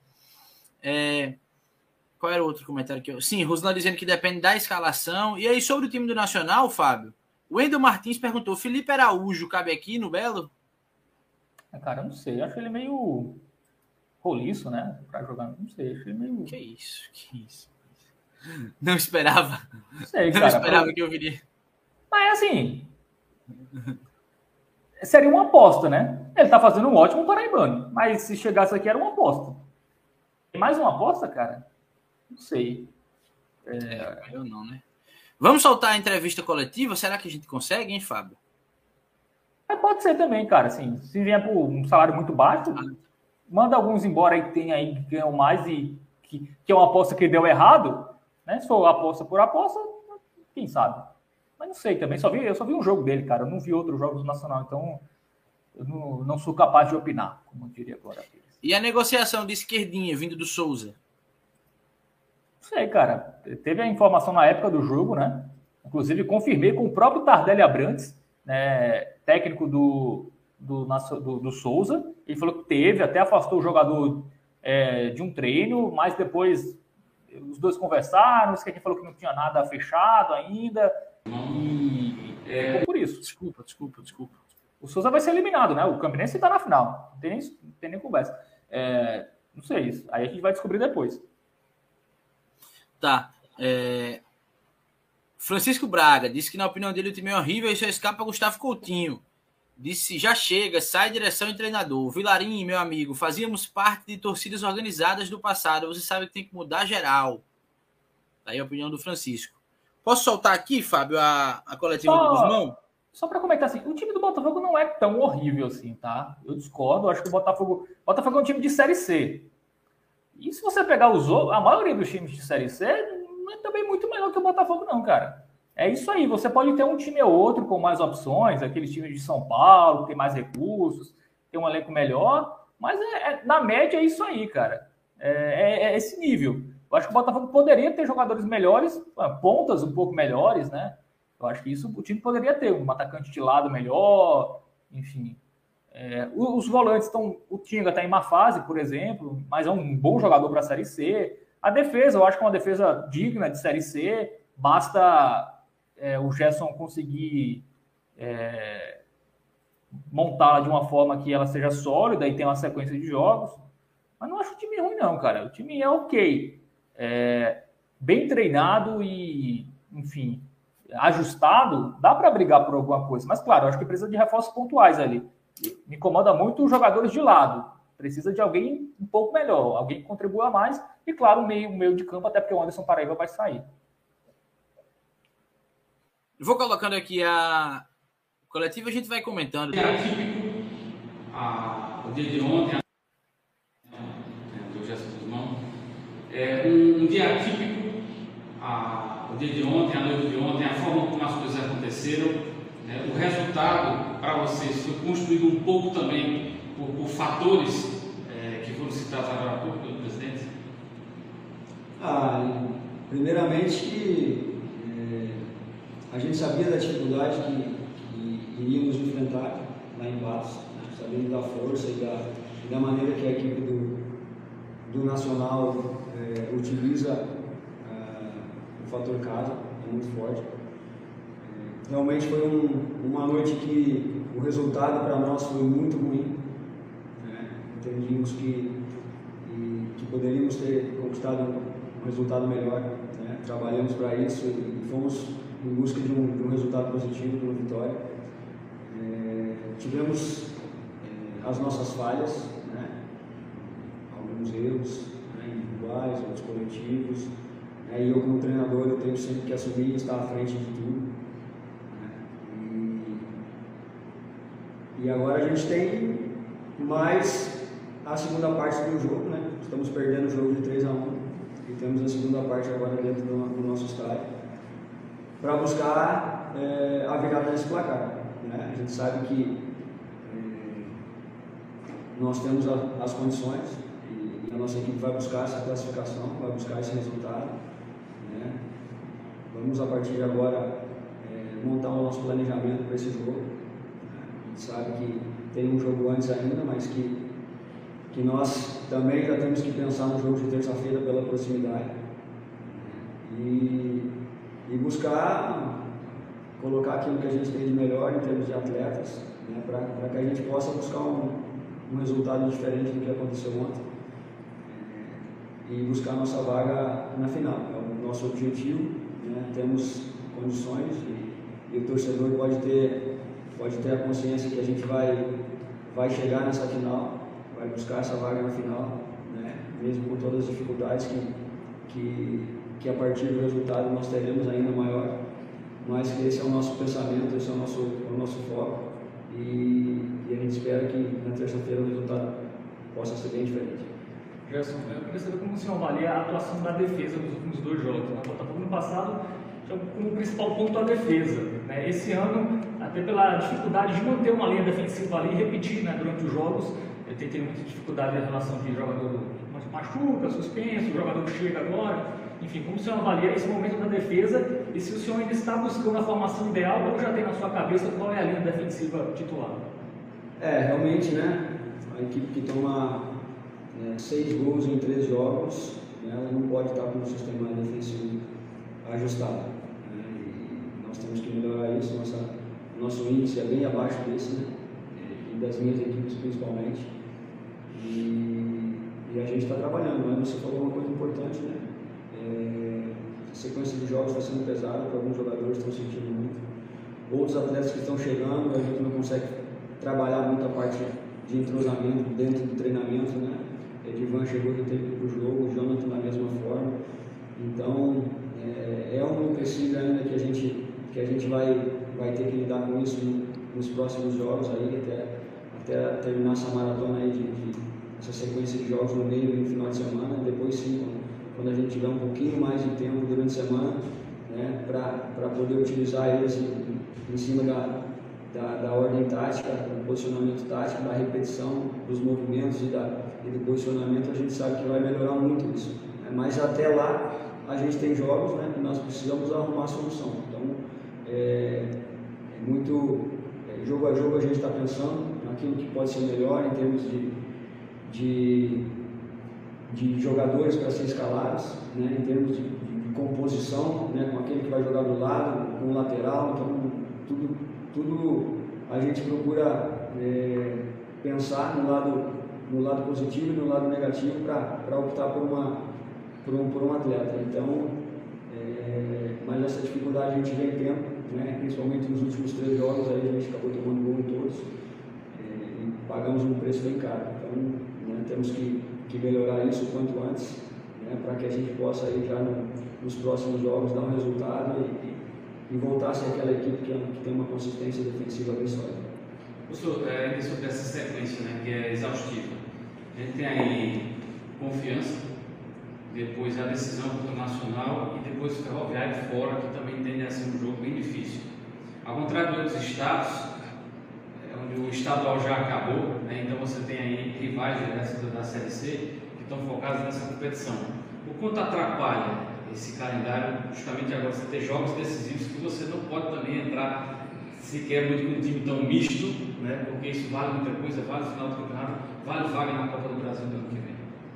Qual era o outro comentário que eu... Sim, Ruslan dizendo que depende da escalação. E aí, sobre o time do Nacional, Fábio, o Wendel Martins perguntou, Felipe Araújo cabe aqui no Belo? Cara, eu não sei. Eu acho ele meio roliço, né? Pra jogar, não sei. Acho ele meio... Que isso. Não esperava. Não sei, cara. Não esperava que eu viria. Mas, assim... seria uma aposta, né? Ele tá fazendo um ótimo paraibano. Mas se chegasse aqui, era uma aposta. Tem mais uma aposta, cara? Não sei. Eu não, né? Vamos soltar a entrevista coletiva? Será que a gente consegue, hein, Fábio? Pode ser também, cara. Assim, se vier por um salário muito baixo, manda alguns embora aí que tem aí que ganham mais e que é uma aposta que deu errado, né? Se for aposta por aposta, quem sabe? Mas não sei também. Eu só vi um jogo dele, cara. Eu não vi outros jogos do Nacional, então eu não sou capaz de opinar, como eu diria agora. E a negociação de esquerdinha vindo do Souza? Não sei, cara. Teve a informação na época do jogo, né? Inclusive, confirmei com o próprio Tardelli Abrantes, né, técnico do Souza. Ele falou que teve, até afastou o jogador de um treino, mas depois os dois conversaram, o Esquerdinha falou que não tinha nada fechado ainda. E por isso. Desculpa. O Souza vai ser eliminado, né? O Campinense está na final. Não tem nem conversa. Não sei isso. Aí a gente vai descobrir depois. Tá. Francisco Braga disse que, na opinião dele, o time é horrível e só escapa Gustavo Coutinho. Disse, já chega, sai direção e treinador. Vilarim, meu amigo, fazíamos parte de torcidas organizadas do passado. Você sabe que tem que mudar geral. Tá aí a opinião do Francisco. Posso soltar aqui, Fábio, a coletiva do Guzmão? Só para comentar assim, o time do Botafogo não é tão horrível assim, tá? Eu discordo, eu acho que o Botafogo é um time de Série C. E se você pegar a maioria dos times de Série C, não é também muito melhor que o Botafogo não, cara. É isso aí, você pode ter um time ou outro com mais opções, aqueles times de São Paulo, que tem mais recursos, tem um elenco melhor, mas na média é isso aí, cara. É esse nível. Eu acho que o Botafogo poderia ter jogadores melhores, pontas um pouco melhores, né? Eu acho que isso o time poderia ter, um atacante de lado melhor, enfim. Os volantes estão... O Tinga está em má fase, por exemplo, mas é um bom jogador para a Série C. A defesa, eu acho que é uma defesa digna de Série C. Basta o Gerson conseguir montá-la de uma forma que ela seja sólida e tenha uma sequência de jogos. Mas não acho o time ruim, não, cara. O time é ok. Bem treinado e, enfim, ajustado, dá para brigar por alguma coisa. Mas, claro, eu acho que precisa de reforços pontuais ali. Me incomoda muito os jogadores de lado. Precisa de alguém um pouco melhor, alguém que contribua mais. E, claro, o meio de campo, até porque o Anderson Paraíba vai sair. Vou colocando aqui a coletiva, a gente vai comentando. É atípico o dia de ontem, do Gerson Guzmão. Um dia atípico o dia de ontem, a noite de ontem, a forma como as coisas aconteceram. O resultado para vocês foi construído um pouco também por fatores que foram citados agora há pouco pelo presidente? Primeiramente, a gente sabia da dificuldade que iríamos enfrentar lá em Patos, né? Sabendo da força e da maneira que a equipe do Nacional utiliza o fator casa, é muito forte. Realmente foi uma noite que o resultado para nós foi muito ruim. Entendíamos que poderíamos ter conquistado um resultado melhor. Trabalhamos para isso e fomos em busca de um resultado positivo, de uma vitória. Tivemos as nossas falhas, alguns erros individuais, outros coletivos. E eu, como treinador, eu tenho sempre que assumir e estar à frente de tudo. E agora a gente tem mais a segunda parte do jogo, né? Estamos perdendo o jogo de 3-1 e temos a segunda parte agora dentro do nosso estádio. buscar a virada desse placar. Né? A gente sabe que nós temos as condições e a nossa equipe vai buscar essa classificação, vai buscar esse resultado. Né? Vamos, a partir de agora, montar o nosso planejamento para esse jogo. A gente sabe que tem um jogo antes ainda, mas que nós também já temos que pensar no jogo de terça-feira pela proximidade e buscar colocar aquilo que a gente tem de melhor em termos de atletas, né, para que a gente possa buscar um resultado diferente do que aconteceu ontem e buscar a nossa vaga na final. É o nosso objetivo, né? Temos condições e o torcedor pode ter a consciência que a gente vai chegar nessa final, vai buscar essa vaga na final, né? Mesmo com todas as dificuldades que a partir do resultado nós teremos ainda maior, mas que esse é o nosso pensamento, esse é o nosso foco e a gente espera que na terça-feira o resultado possa ser bem diferente. Gerson, eu queria saber como o senhor avalia a atuação da defesa nos últimos 2 jogos. No Botafogo, no passado, como principal ponto a defesa. Né? Esse ano, até pela dificuldade de manter uma linha defensiva ali e repetir, né, durante os jogos, ele tem muita dificuldade em relação de jogador machuca, suspenso, o jogador que chega agora. Enfim, como o senhor avalia esse momento da defesa e se o senhor ainda está buscando a formação ideal ou já tem na sua cabeça qual é a linha defensiva titular? Realmente, né? A equipe que toma 6 gols em 3 jogos, né, ela não pode estar com o sistema defensivo ajustado. Né? E nós temos que melhorar isso. Nosso índice é bem abaixo desse, né? E das minhas equipes principalmente. E a gente está trabalhando, mas você falou uma coisa importante, né? A sequência de jogos está sendo pesada para alguns jogadores, estão sentindo muito. Outros atletas que estão chegando, a gente não consegue trabalhar muito a parte de entrosamento dentro do treinamento, né? Edivan chegou de tempo para o jogo, o Jonathan da mesma forma. Então, é um empecilho ainda que a gente vai ter que lidar com isso nos próximos jogos aí, até terminar essa maratona aí essa sequência de jogos no meio e no final de semana. Depois sim, quando a gente tiver um pouquinho mais de tempo durante a semana, né, para poder utilizar eles em cima da ordem tática, do posicionamento tático, da repetição dos movimentos e do posicionamento, a gente sabe que vai melhorar muito isso. Né? Mas até lá a gente tem jogos, né, que nós precisamos arrumar a solução. Então, jogo a jogo a gente está pensando naquilo que pode ser melhor em termos de jogadores para ser escalados, né, em termos de composição, né, com aquele que vai jogar do lado, com o lateral. Então, tudo a gente procura pensar no lado positivo e no lado negativo para optar por um atleta. Então, mas essa dificuldade a gente vem tendo, né, principalmente nos últimos 3 jogos, aí a gente acabou tomando gol em todos e pagamos um preço bem caro. Então, né, temos que melhorar isso o quanto antes, né, para que a gente possa aí já nos próximos jogos dar um resultado e voltar a ser aquela equipe que tem uma consistência defensiva bem sólida. Professor, ainda sobre essa sequência, né, que é exaustiva, a gente tem aí Confiança, depois a decisão contra o Nacional e depois o Ferroviário fora, que também tende a ser um jogo bem difícil. Ao contrário de outros estados, onde o estadual já acabou, né, então você tem aí rivais da Série C que estão focados nessa competição. O quanto atrapalha esse calendário, justamente agora você ter jogos decisivos que você não pode também entrar sequer muito com um time tão misto, né, porque isso vale muita coisa, vale o final do campeonato, vale vaga na Copa do Brasil do ano que vem.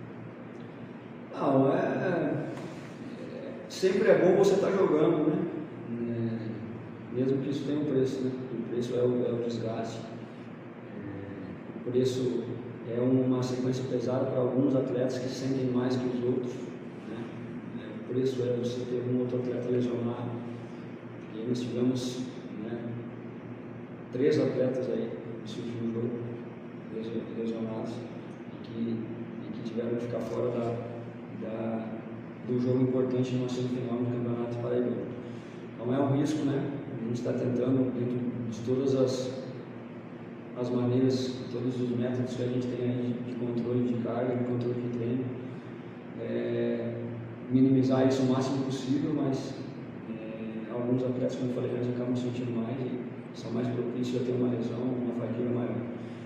Não, sempre é bom você estar jogando, né? Mesmo que isso tenha um preço, né? O preço é o desgaste. O preço é uma sequência pesada para alguns atletas que se sentem mais que os outros, né? O preço é você ter um outro atleta lesionado. E aí nós tivemos, né, 3 atletas aí nesse último jogo lesionados e que tiveram que ficar fora do jogo importante no nosso semifinal do Campeonato Paraibano. Então é um risco, né? A gente está tentando, dentro de todas as maneiras, todos os métodos que a gente tem aí de controle de carga, de controle de treino, minimizar isso o máximo possível, mas ao alguns atletas, como eu falei, eles acabam sentindo mais e são mais propícios a ter uma lesão, uma fadiga maior.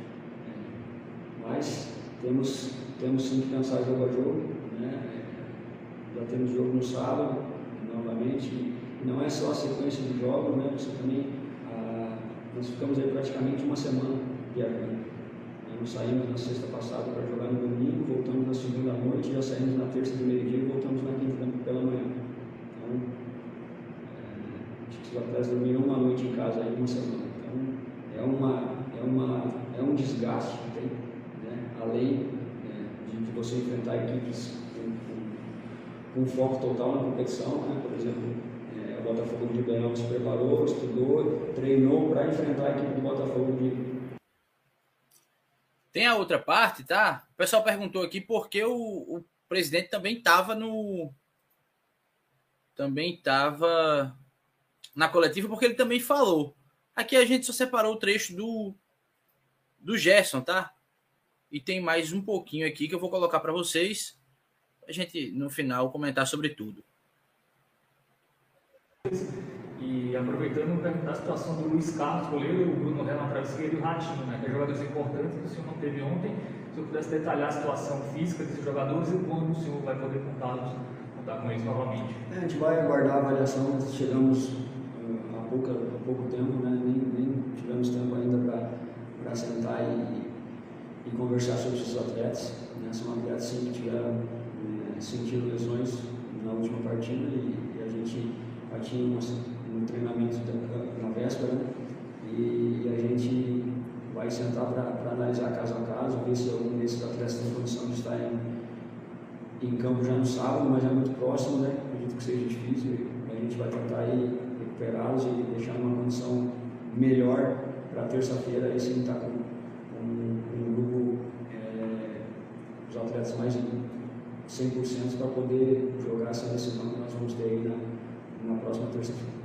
Mas temos sim que pensar jogo a jogo, né? Já temos jogo no sábado, novamente, e não é só a sequência de jogos, né? Você também, nós ficamos aí praticamente uma semana viajando. Nós saímos na sexta passada para jogar no domingo, voltamos na segunda à noite, já saímos na terça de meio-dia e voltamos na quinta pela manhã. Então, os atletas dormiram uma noite em casa aí, uma semana. Então, é um desgaste que tem, né? Além de você enfrentar equipes com foco total na competição, né? Por exemplo, o Botafogo de Ribeirão se preparou, estudou, treinou para enfrentar a equipe do Botafogo de... Tem a outra parte, tá? O pessoal perguntou aqui por que o presidente também estava na coletiva, porque ele também falou. Aqui a gente só separou o trecho do Gerson, tá? E tem mais um pouquinho aqui que eu vou colocar para vocês, a gente, no final, comentar sobre tudo. E aproveitando, perguntar a situação do Luiz Carlos, goleiro, o Bruno Ré na trave esquerda e o Ratinho, né, que é jogadores importantes que o senhor não teve ontem. Se eu pudesse detalhar a situação física desses jogadores e quando o senhor vai poder contar com eles novamente. A gente vai aguardar a avaliação, chegamos há pouco tempo, né, nem tivemos tempo ainda para sentar e conversar sobre esses atletas. Né, são atletas sim, que tiveram sentido lesões na última partida e a gente já tinha um treinamento na véspera, né? E a gente vai sentar para analisar caso a caso, ver se algum desses atletas tem condição de estar em campo já no sábado, mas já muito próximo, né? Acredito que seja difícil e a gente vai tentar aí recuperá-los e deixar numa condição melhor para terça-feira, aí sim estar com um grupo, os atletas mais 100% para poder jogar essa decisão que nós vamos ter aí na próxima terça-feira.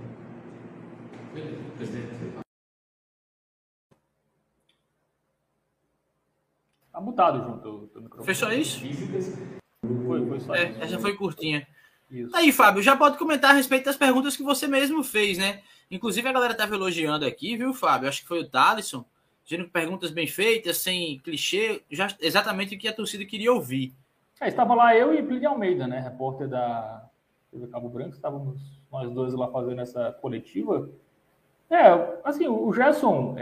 Tá mutado junto o microfone. Foi só isso? Foi só isso. Essa foi curtinha. Isso. Aí, Fábio, já pode comentar a respeito das perguntas que você mesmo fez, né? Inclusive, a galera estava elogiando aqui, viu, Fábio? Acho que foi o Thalisson, dizendo perguntas bem feitas, sem clichê, já exatamente o que a torcida queria ouvir. Estava lá eu e Plínio Almeida, né? Repórter da TV Cabo Branco, estávamos nós dois lá fazendo essa coletiva. Assim, o Gerson,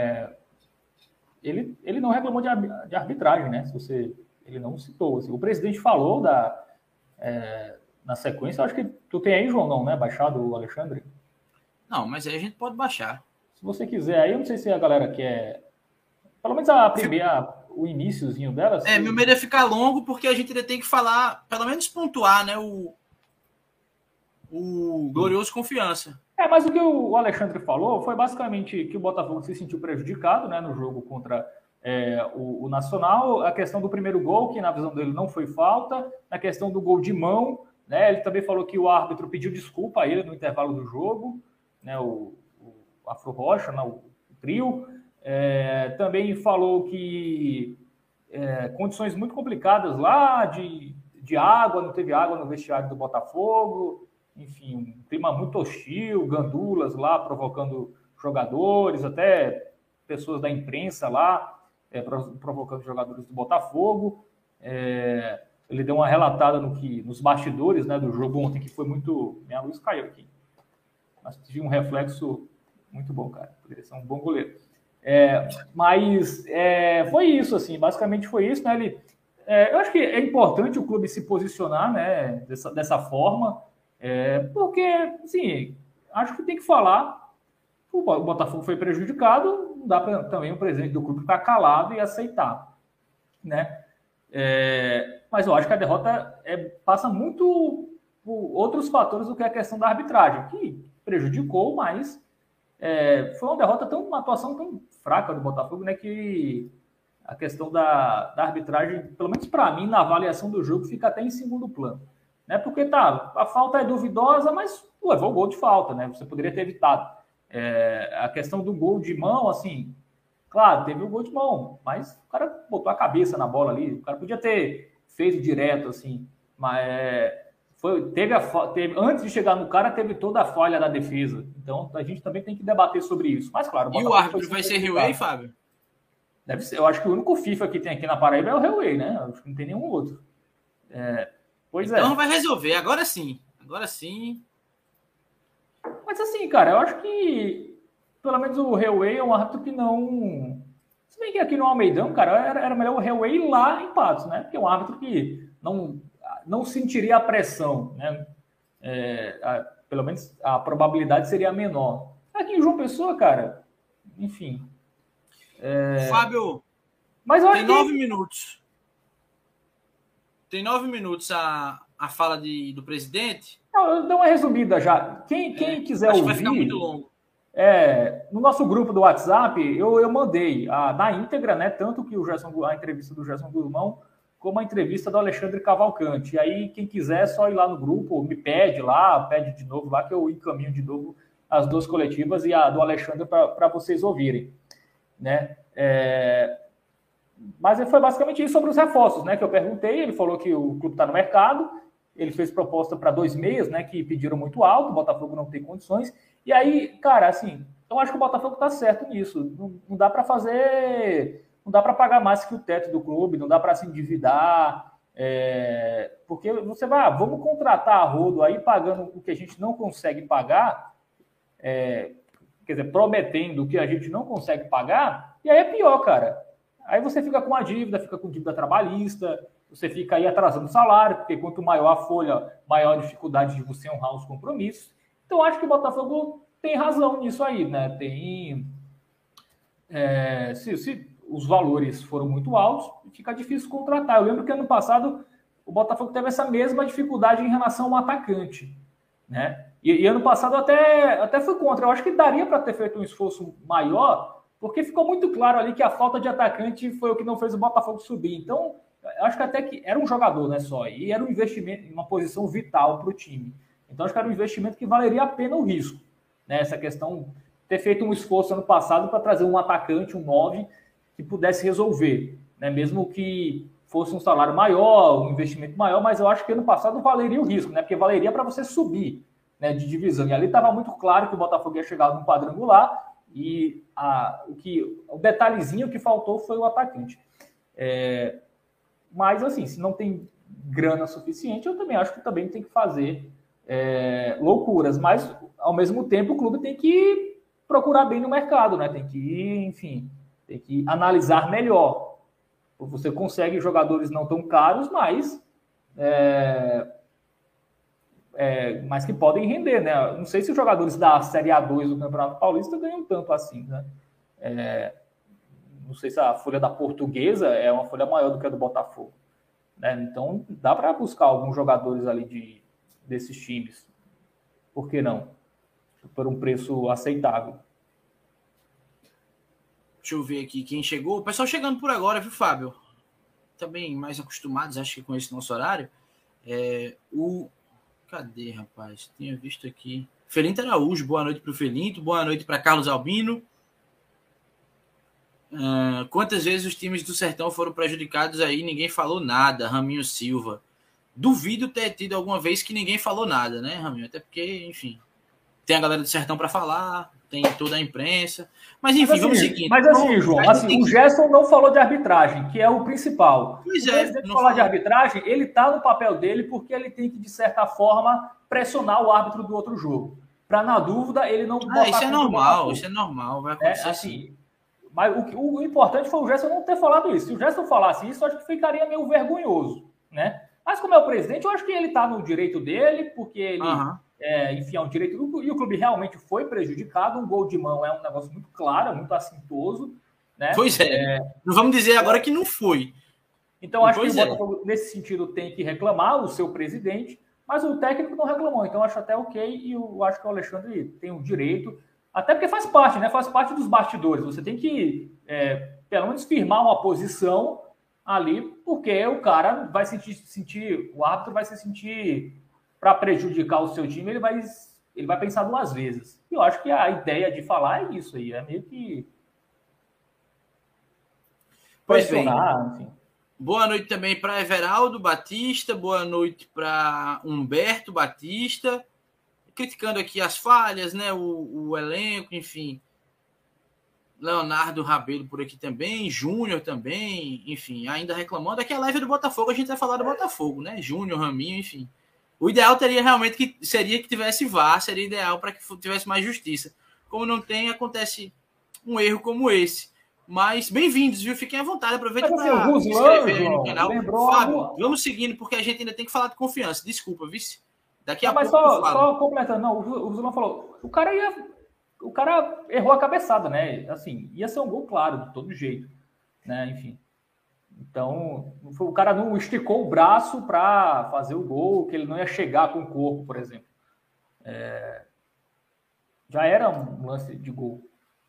ele não reclamou de arbitragem, né? Ele não citou. Assim, o presidente falou na sequência, acho que tu tem aí, João, não, né? Baixado o Alexandre? Não, mas aí a gente pode baixar. Se você quiser, aí eu não sei se a galera quer... Pelo menos o iniciozinho dela. Meu medo é ficar longo, porque a gente ainda tem que falar, pelo menos pontuar, né? O glorioso Confiança. Mas o que o Alexandre falou foi basicamente que o Botafogo se sentiu prejudicado, né, no jogo contra o Nacional. A questão do primeiro gol, que na visão dele não foi falta. Na questão do gol de mão, né, ele também falou que o árbitro pediu desculpa a ele no intervalo do jogo, né, o Afro Rocha, né, o trio. Também falou que condições muito complicadas lá de água, não teve água no vestiário do Botafogo. Enfim, um clima muito hostil, gandulas lá provocando jogadores, até pessoas da imprensa lá provocando jogadores do Botafogo. Ele deu uma relatada nos bastidores, né, do jogo ontem, que foi muito... Minha luz caiu aqui. Mas tive um reflexo muito bom, cara. Poderia ser um bom goleiro. Mas foi isso, assim, basicamente foi isso, né? Eu acho que é importante o clube se posicionar, né, dessa forma. Porque, assim, acho que tem que falar. O Botafogo foi prejudicado, não dá para também o presidente do clube ficar calado e aceitar, né? Mas eu acho que a derrota passa muito por outros fatores do que a questão da arbitragem, que prejudicou, mas foi uma atuação tão fraca do Botafogo, né? Que a questão da arbitragem, pelo menos para mim, na avaliação do jogo, fica até em segundo plano. Né? Porque a falta é duvidosa, mas levou o gol de falta, né? Você poderia ter evitado. A questão do gol de mão, assim, claro, teve o gol de mão, mas o cara botou a cabeça na bola ali, o cara podia ter feito direto, assim, mas antes de chegar no cara, teve toda a falha da defesa. Então, a gente também tem que debater sobre isso. Mas, claro... E o árbitro vai ser Reway, Fábio? Deve ser. Eu acho que o único FIFA que tem aqui na Paraíba é o Reway, né? Eu acho que não tem nenhum outro. Então vai resolver. Agora sim. Mas assim, cara, eu acho que pelo menos o Reway é um árbitro que não... Se bem que aqui no Almeidão, cara, era melhor o Reway lá em Patos, né? Porque é um árbitro que não sentiria a pressão, né? Pelo menos a probabilidade seria menor. Aqui em João Pessoa, cara, enfim. Fábio, mas eu tem 9 minutos. Tem 9 minutos a fala do presidente. Eu dou uma resumida já. Quem quiser ouvir... Vai ficar muito longo. No nosso grupo do WhatsApp, eu mandei na íntegra, né? Tanto que a entrevista do Gerson Guzmão, como a entrevista do Alexandre Cavalcante. E aí, quem quiser, é só ir lá no grupo, me pede de novo lá, que eu encaminho de novo as duas coletivas e a do Alexandre para vocês ouvirem, né? Mas foi basicamente isso sobre os reforços, né? Que eu perguntei, ele falou que o clube está no mercado, ele fez proposta para 2 meias, né? Que pediram muito alto, o Botafogo não tem condições. E aí, cara, assim, eu acho que o Botafogo está certo nisso. Não dá para fazer... Não dá para pagar mais que o teto do clube, não dá para se endividar, porque você vai, vamos contratar a rodo aí pagando o que a gente não consegue pagar, quer dizer, prometendo o que a gente não consegue pagar, e aí é pior, cara. Aí você fica com a dívida, fica com dívida trabalhista, você fica aí atrasando o salário, porque quanto maior a folha, maior a dificuldade de você honrar os compromissos. Então, acho que o Botafogo tem razão nisso aí, né? Se os valores foram muito altos, fica difícil contratar. Eu lembro que ano passado o Botafogo teve essa mesma dificuldade em relação ao atacante, né? E ano passado até fui contra. Eu acho que daria para ter feito um esforço maior, porque ficou muito claro ali que a falta de atacante foi o que não fez o Botafogo subir. Então, eu acho que até que era um jogador, né, só, e era um investimento em uma posição vital para o time. Então, acho que era um investimento que valeria a pena o risco, né? Essa questão, ter feito um esforço ano passado para trazer um atacante, um 9, que pudesse resolver, né? Mesmo que fosse um salário maior, um investimento maior, mas eu acho que ano passado valeria o risco, né? Porque valeria para você subir, né, de divisão. E ali estava muito claro que o Botafogo ia chegar num quadrangular e o detalhezinho que faltou foi o atacante. Mas, assim, se não tem grana suficiente, eu também acho que também tem que fazer loucuras. Mas, ao mesmo tempo, o clube tem que procurar bem no mercado, né? Tem que analisar melhor. Você consegue jogadores não tão caros, mas que podem render, né? Não sei se os jogadores da Série A2 do Campeonato Paulista ganham tanto assim, né? Não sei se a folha da Portuguesa é uma folha maior do que a do Botafogo, né? Então, dá para buscar alguns jogadores ali desses times. Por que não? Por um preço aceitável. Deixa eu ver aqui quem chegou. O pessoal chegando por agora, viu, Fábio? Também mais acostumados, acho que com esse nosso horário. Cadê, rapaz? Tinha visto aqui. Felinto Araújo, boa noite para o Felinto. Boa noite para Carlos Albino. Quantas vezes os times do Sertão foram prejudicados aí? Ninguém falou nada. Raminho Silva. Duvido ter tido alguma vez que ninguém falou nada, né, Raminho? Até porque, enfim, tem a galera do Sertão para falar, tem toda a imprensa. Mas, enfim, vamos seguindo. Mas assim, João, o Gerson não falou de arbitragem, que é o principal. Pois Se falar de arbitragem, ele está no papel dele porque ele tem que, de certa forma, pressionar o árbitro do outro jogo. Para, na dúvida, ele não botar... Isso é normal, vai acontecer assim. Mas o importante foi o Gerson não ter falado isso. Se o Gerson falasse isso, eu acho que ficaria meio vergonhoso, né? Mas como é o presidente, eu acho que ele está no direito dele, porque ele... enfim, é um direito e o clube realmente foi prejudicado. Um gol de mão é um negócio muito claro, muito assintoso, né? Pois não vamos dizer agora que não foi. Então, acho que o Botafogo, nesse sentido, tem que reclamar o seu presidente, mas o técnico não reclamou. Então, acho até ok, e eu acho que o Alexandre tem o direito, até porque faz parte, né? Faz parte dos bastidores. Você tem que, pelo menos, firmar uma posição ali, porque o cara vai o árbitro vai se sentir... Para prejudicar o seu time, ele vai pensar 2 vezes. E eu acho que a ideia de falar é isso aí, é meio que pressionar, enfim. Boa noite também para Everaldo Batista, boa noite para Humberto Batista, criticando aqui as falhas, né? O elenco, enfim. Leonardo Rabelo por aqui também, Júnior também, enfim, ainda reclamando. Aqui a live do Botafogo, a gente vai falar do Botafogo, né? Júnior, Raminho, enfim. O ideal teria realmente seria que tivesse VAR, seria ideal para que tivesse mais justiça. Como não tem, acontece um erro como esse. Mas bem-vindos, viu? Fiquem à vontade, aproveitem para se inscrever aí no canal. Fábio, vamos seguindo, porque a gente ainda tem que falar de confiança. Desculpa, vice. Daqui a pouco eu falo. Só completando, não, o Ruslan falou, o cara errou a cabeçada, né? Assim, ia ser um gol claro, de todo jeito, né? Enfim. Então, o cara não esticou o braço para fazer o gol, que ele não ia chegar com o corpo, por exemplo. Já era um lance de gol.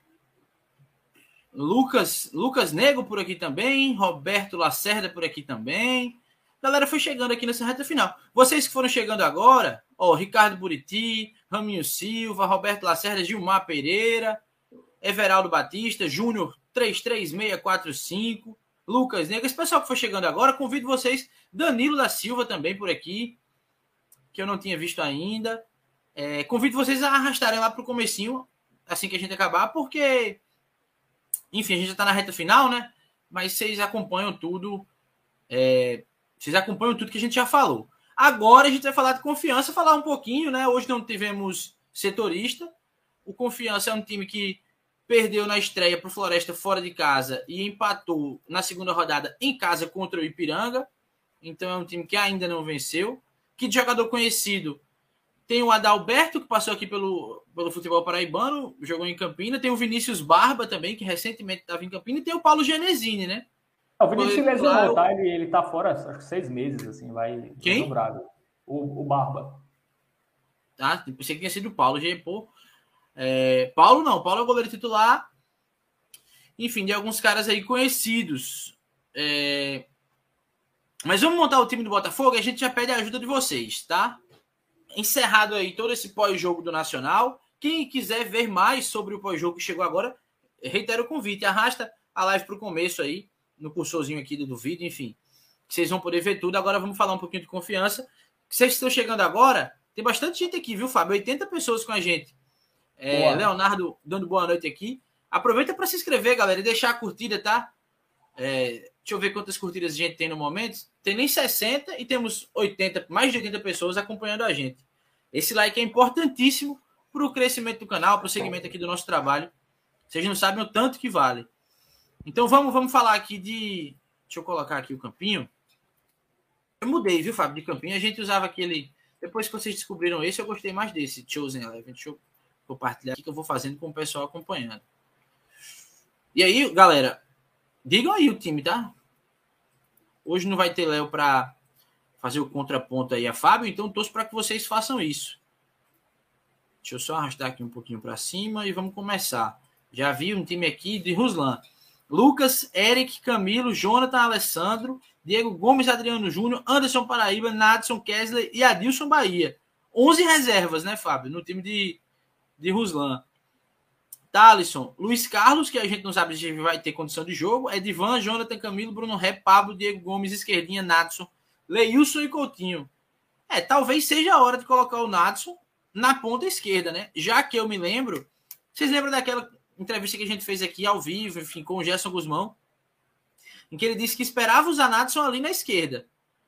Lucas Nego por aqui também, Roberto Lacerda por aqui também. A galera foi chegando aqui nessa reta final. Vocês que foram chegando agora, Ricardo Buriti, Raminho Silva, Roberto Lacerda, Gilmar Pereira, Everaldo Batista, Júnior 33645, Lucas Nego. Esse pessoal que foi chegando agora, convido vocês, Danilo da Silva também por aqui, que eu não tinha visto ainda. Convido vocês a arrastarem lá para o comecinho, assim que a gente acabar, porque, enfim, a gente já está na reta final, né? Mas vocês acompanham tudo. Vocês acompanham tudo que a gente já falou. Agora a gente vai falar de Confiança, falar um pouquinho, né? Hoje não tivemos setorista. O Confiança é um time que perdeu na estreia para o Floresta fora de casa e empatou na segunda rodada em casa contra o Ipiranga. Então é um time que ainda não venceu. Que de jogador conhecido tem o Adalberto, que passou aqui pelo futebol paraibano, jogou em Campina. Tem o Vinícius Barba também, que recentemente estava em Campina. E tem o Paulo Genesini, né? O Vinícius se lesionou, tá? Ele tá fora, acho que 6 meses, assim, vai... Quem? No Braga. O Barba. Tá, pensei que tinha sido o Paulo. Paulo não, Paulo é o goleiro titular. Enfim, de alguns caras aí conhecidos. Mas vamos montar o time do Botafogo e a gente já pede a ajuda de vocês, tá? Encerrado aí todo esse pós-jogo do Nacional. Quem quiser ver mais sobre o pós-jogo que chegou agora, reitero o convite, arrasta a live pro começo aí, no cursorzinho aqui do vídeo, enfim. Vocês vão poder ver tudo. Agora vamos falar um pouquinho de Confiança. Vocês estão chegando agora, tem bastante gente aqui, viu, Fábio? 80 pessoas com a gente. Leonardo dando boa noite aqui. Aproveita para se inscrever, galera, e deixar a curtida, tá? Deixa eu ver quantas curtidas a gente tem no momento. Tem nem 60 e temos 80, mais de 80 pessoas acompanhando a gente. Esse like é importantíssimo para o crescimento do canal, para o segmento aqui do nosso trabalho. Vocês não sabem o tanto que vale. Então vamos falar aqui de... Deixa eu colocar aqui o campinho. Eu mudei, viu, Fábio, de campinho. A gente usava aquele... Depois que vocês descobriram esse, eu gostei mais desse Chosen Eleven. Deixa eu compartilhar aqui que eu vou fazendo com o pessoal acompanhando. E aí, galera, digam aí o time, tá? Hoje não vai ter Léo para fazer o contraponto aí a Fábio, então torço para que vocês façam isso. Deixa eu só arrastar aqui um pouquinho para cima e vamos começar. Já vi um time aqui de Ruslan. Lucas, Eric, Camilo, Jonathan, Alessandro, Diego Gomes, Adriano Júnior, Anderson Paraíba, Nadson, Kessler e Adilson Bahia. 11 reservas, né, Fábio? No time de Ruslan. Thalisson, Luiz Carlos, que a gente não sabe se vai ter condição de jogo, Edivan, Jonathan, Camilo, Bruno Ré, Pablo, Diego Gomes, Esquerdinha, Nadson, Leilson e Coutinho. Talvez seja a hora de colocar o Nadson na ponta esquerda, né? Já que eu me lembro, vocês lembram daquela entrevista que a gente fez aqui ao vivo, enfim, com o Gerson Guzmão, em que ele disse que esperava usar Nadson ali na esquerda.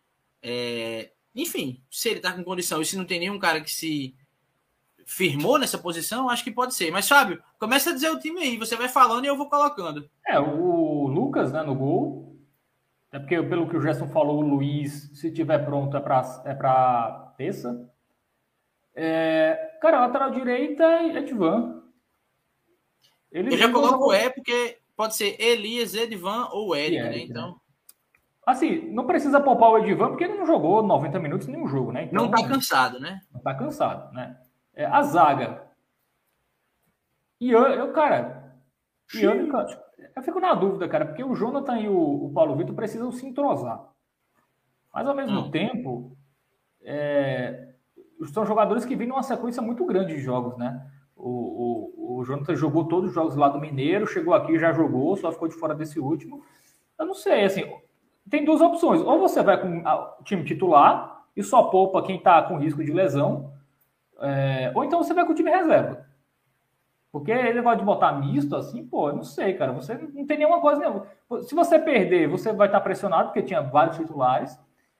Enfim, se ele tá com condição e se não tem nenhum cara que se firmou nessa posição, acho que pode ser. Mas, Fábio, começa a dizer o time aí, você vai falando e eu vou colocando. O Lucas, né, no gol. É porque, pelo que o Gerson falou, o Luiz, se tiver pronto, é pra terça. Cara, lateral direita é Edivan. Eu já coloco porque pode ser Elias, Edivan ou Eric, né? Então... Assim, não precisa poupar o Edivan, porque ele não jogou 90 minutos em nenhum jogo, né? Então, não tá cansado, né? Não tá cansado, né? A zaga. Cara, eu fico na dúvida, cara, porque o Jonathan e o Paulo Vitor precisam se entrosar. Mas, ao mesmo tempo, são jogadores que vêm numa sequência muito grande de jogos, né? O Jonathan jogou todos os jogos lá do Mineiro, chegou aqui, já jogou, só ficou de fora desse último. Eu não sei, assim, tem duas opções. Ou você vai com o time titular e só poupa quem está com risco de lesão, ou então você vai com o time reserva. Porque ele vai de botar misto assim, pô, eu não sei, cara. Você não tem nenhuma coisa nenhuma. Se você perder, você vai estar pressionado, porque tinha vários titulares.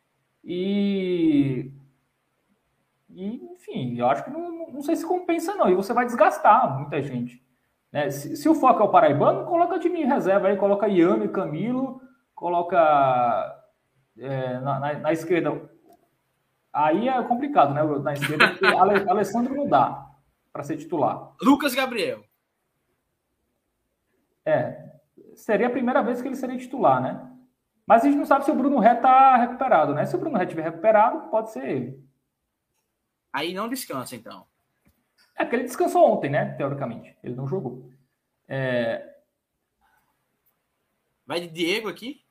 Enfim, eu acho que não sei se compensa, não. E você vai desgastar muita gente. Né? Se o foco é o paraibano, coloca time em reserva aí, coloca Iano e Camilo, coloca na esquerda. Aí é complicado, né? Na esquerda, porque Alessandro não dá para ser titular. Lucas Gabriel. Seria a primeira vez que ele seria titular, né? Mas a gente não sabe se o Bruno Ré tá recuperado, né? Se o Bruno Ré estiver recuperado, pode ser ele. Aí não descansa, então. Porque ele descansou ontem, né? Teoricamente. Ele não jogou. Vai de Diego aqui?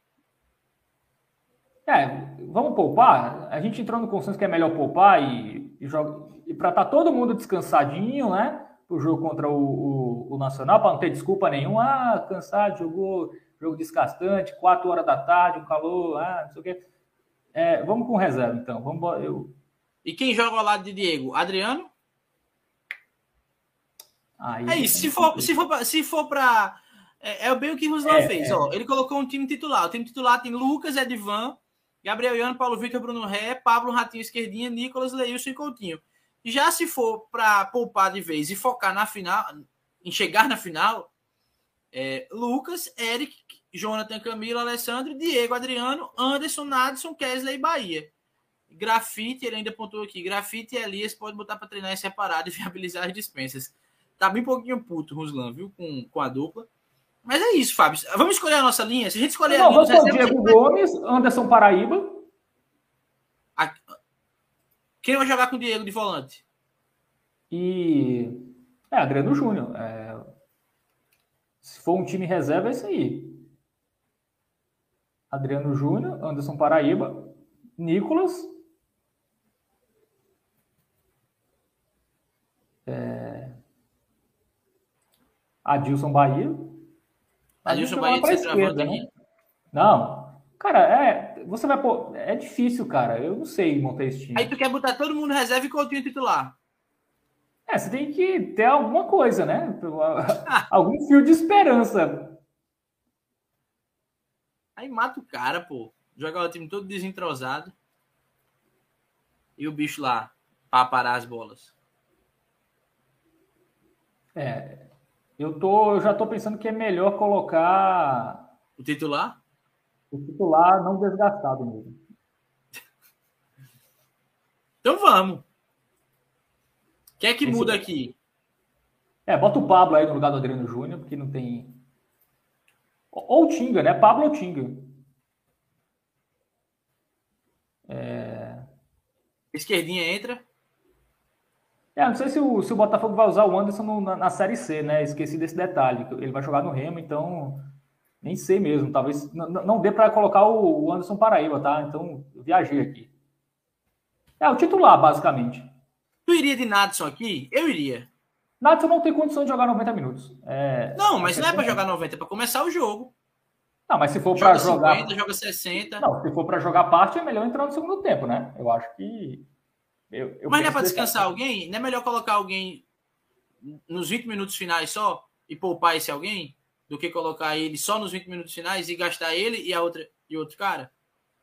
Vamos poupar? A gente entrou no consenso que é melhor poupar e para estar todo mundo descansadinho, né? O jogo contra o Nacional, para não ter desculpa nenhuma. Cansado, jogou jogo desgastante, 4 horas da tarde, um calor, não sei o quê. Vamos com reserva, então. E quem joga ao lado de Diego? Adriano? É isso. Se for para... É bem o que o Ruslan fez. Ó, ele colocou um time titular. O time titular tem Lucas, Edvan, Gabriel Iano, Paulo Vitor, Bruno Ré, Pablo Ratinho, Esquerdinha, Nicolas, Leilson e Coutinho. Já se for para poupar de vez e focar na final, em chegar na final, Lucas, Eric, Jonathan, Camilo, Alessandro, Diego, Adriano, Anderson, Nadson, Kesley e Bahia. Grafite, ele ainda pontuou aqui, Grafite e Elias pode botar para treinar em separado e viabilizar as dispensas. Tá bem pouquinho puto, Ruslan, viu, com a dupla. Mas é isso, Fábio. Vamos escolher a nossa linha? Se a gente escolher a linha... Vamos Diego Gomes, Anderson Paraíba. Quem vai jogar com o Diego de volante? Adriano Júnior. Se for um time reserva, é isso aí. Adriano Júnior, Anderson Paraíba, Nicolas. Adilson Bahia. Adilson Bahia de centroavante, né? Não. Cara, você vai pôr... É difícil, cara. Eu não sei montar esse time. Aí tu quer botar todo mundo reserva e Coutinho titular. Você tem que ter alguma coisa, né? Algum fio de esperança. Aí mata o cara, pô. Joga o time todo desentrosado. E o bicho lá, pra parar as bolas. Eu já tô pensando que é melhor colocar... O titular? O titular não desgastado mesmo. Então vamos. O que é que muda aqui? Bota o Pablo aí no lugar do Adriano Júnior, porque não tem... Ou o Tinga, né? Pablo ou Tinga. Esquerdinha entra. Não sei se o Botafogo vai usar o Anderson na Série C, né? Esqueci desse detalhe. Ele vai jogar no Remo, então... Nem sei mesmo. Talvez não dê para colocar o Anderson Paraíba, tá? Então, eu viajei aqui. O titular, basicamente. Tu iria de Nadson aqui? Eu iria. Nadson não tem condição de jogar 90 minutos. Não, mas não é para jogar 90, é para começar o jogo. Não, mas se for para jogar... 50, joga 60. Não, se for para jogar parte, é melhor entrar no segundo tempo, né? Eu acho que... Mas não é para descansar alguém? Não é melhor colocar alguém nos 20 minutos finais só e poupar esse alguém do que colocar ele só nos 20 minutos finais e gastar ele e outro cara?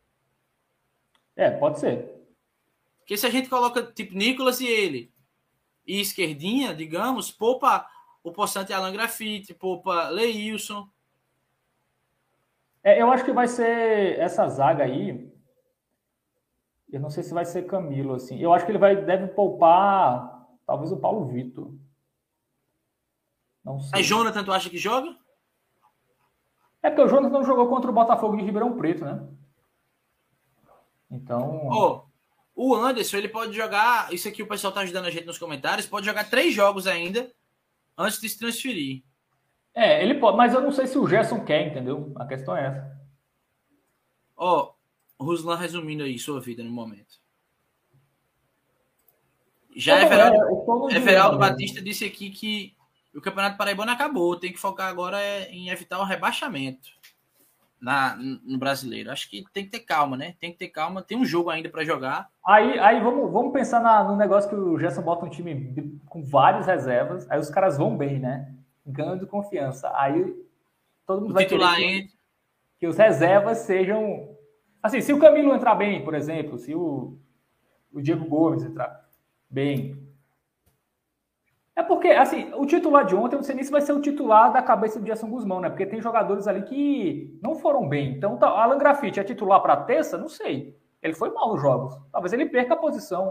Pode ser. Porque se a gente coloca tipo Nicolas e ele e Esquerdinha, digamos, poupa o Poçante Alan Grafite, poupa Leilson. Eu acho que vai ser essa zaga aí. Eu não sei se vai ser Camilo, assim. Eu acho que ele deve poupar talvez o Paulo Vitor. Não sei. Aí Jonathan, tu acha que joga? Porque o Jonathan não jogou contra o Botafogo de Ribeirão Preto, né? Então... O Anderson, ele pode jogar... Isso aqui o pessoal tá ajudando a gente nos comentários. Pode jogar 3 jogos ainda antes de se transferir. Ele pode, mas eu não sei se o Gerson quer, entendeu? A questão é essa. Ruslan resumindo aí sua vida no momento. Já Everaldo Batista disse aqui que o Campeonato Paraibano acabou. Tem que focar agora em evitar o rebaixamento. no brasileiro. Acho que tem que ter calma, né? Tem que ter calma. Tem um jogo ainda para jogar. Aí vamos pensar no negócio que o Gerson bota um time com várias reservas, aí os caras vão bem, né? Ganhando confiança. Aí todo mundo vai querer que os reservas sejam... Assim, se o Camilo entrar bem, por exemplo, se o Diego Gomes entrar bem... É porque, assim, o titular de ontem, eu não sei nem se vai ser o titular da cabeça do Gerson Guzmão, né? Porque tem jogadores ali que não foram bem. Então, Alan Graffiti é titular para terça? Não sei. Ele foi mal nos jogos. Talvez ele perca a posição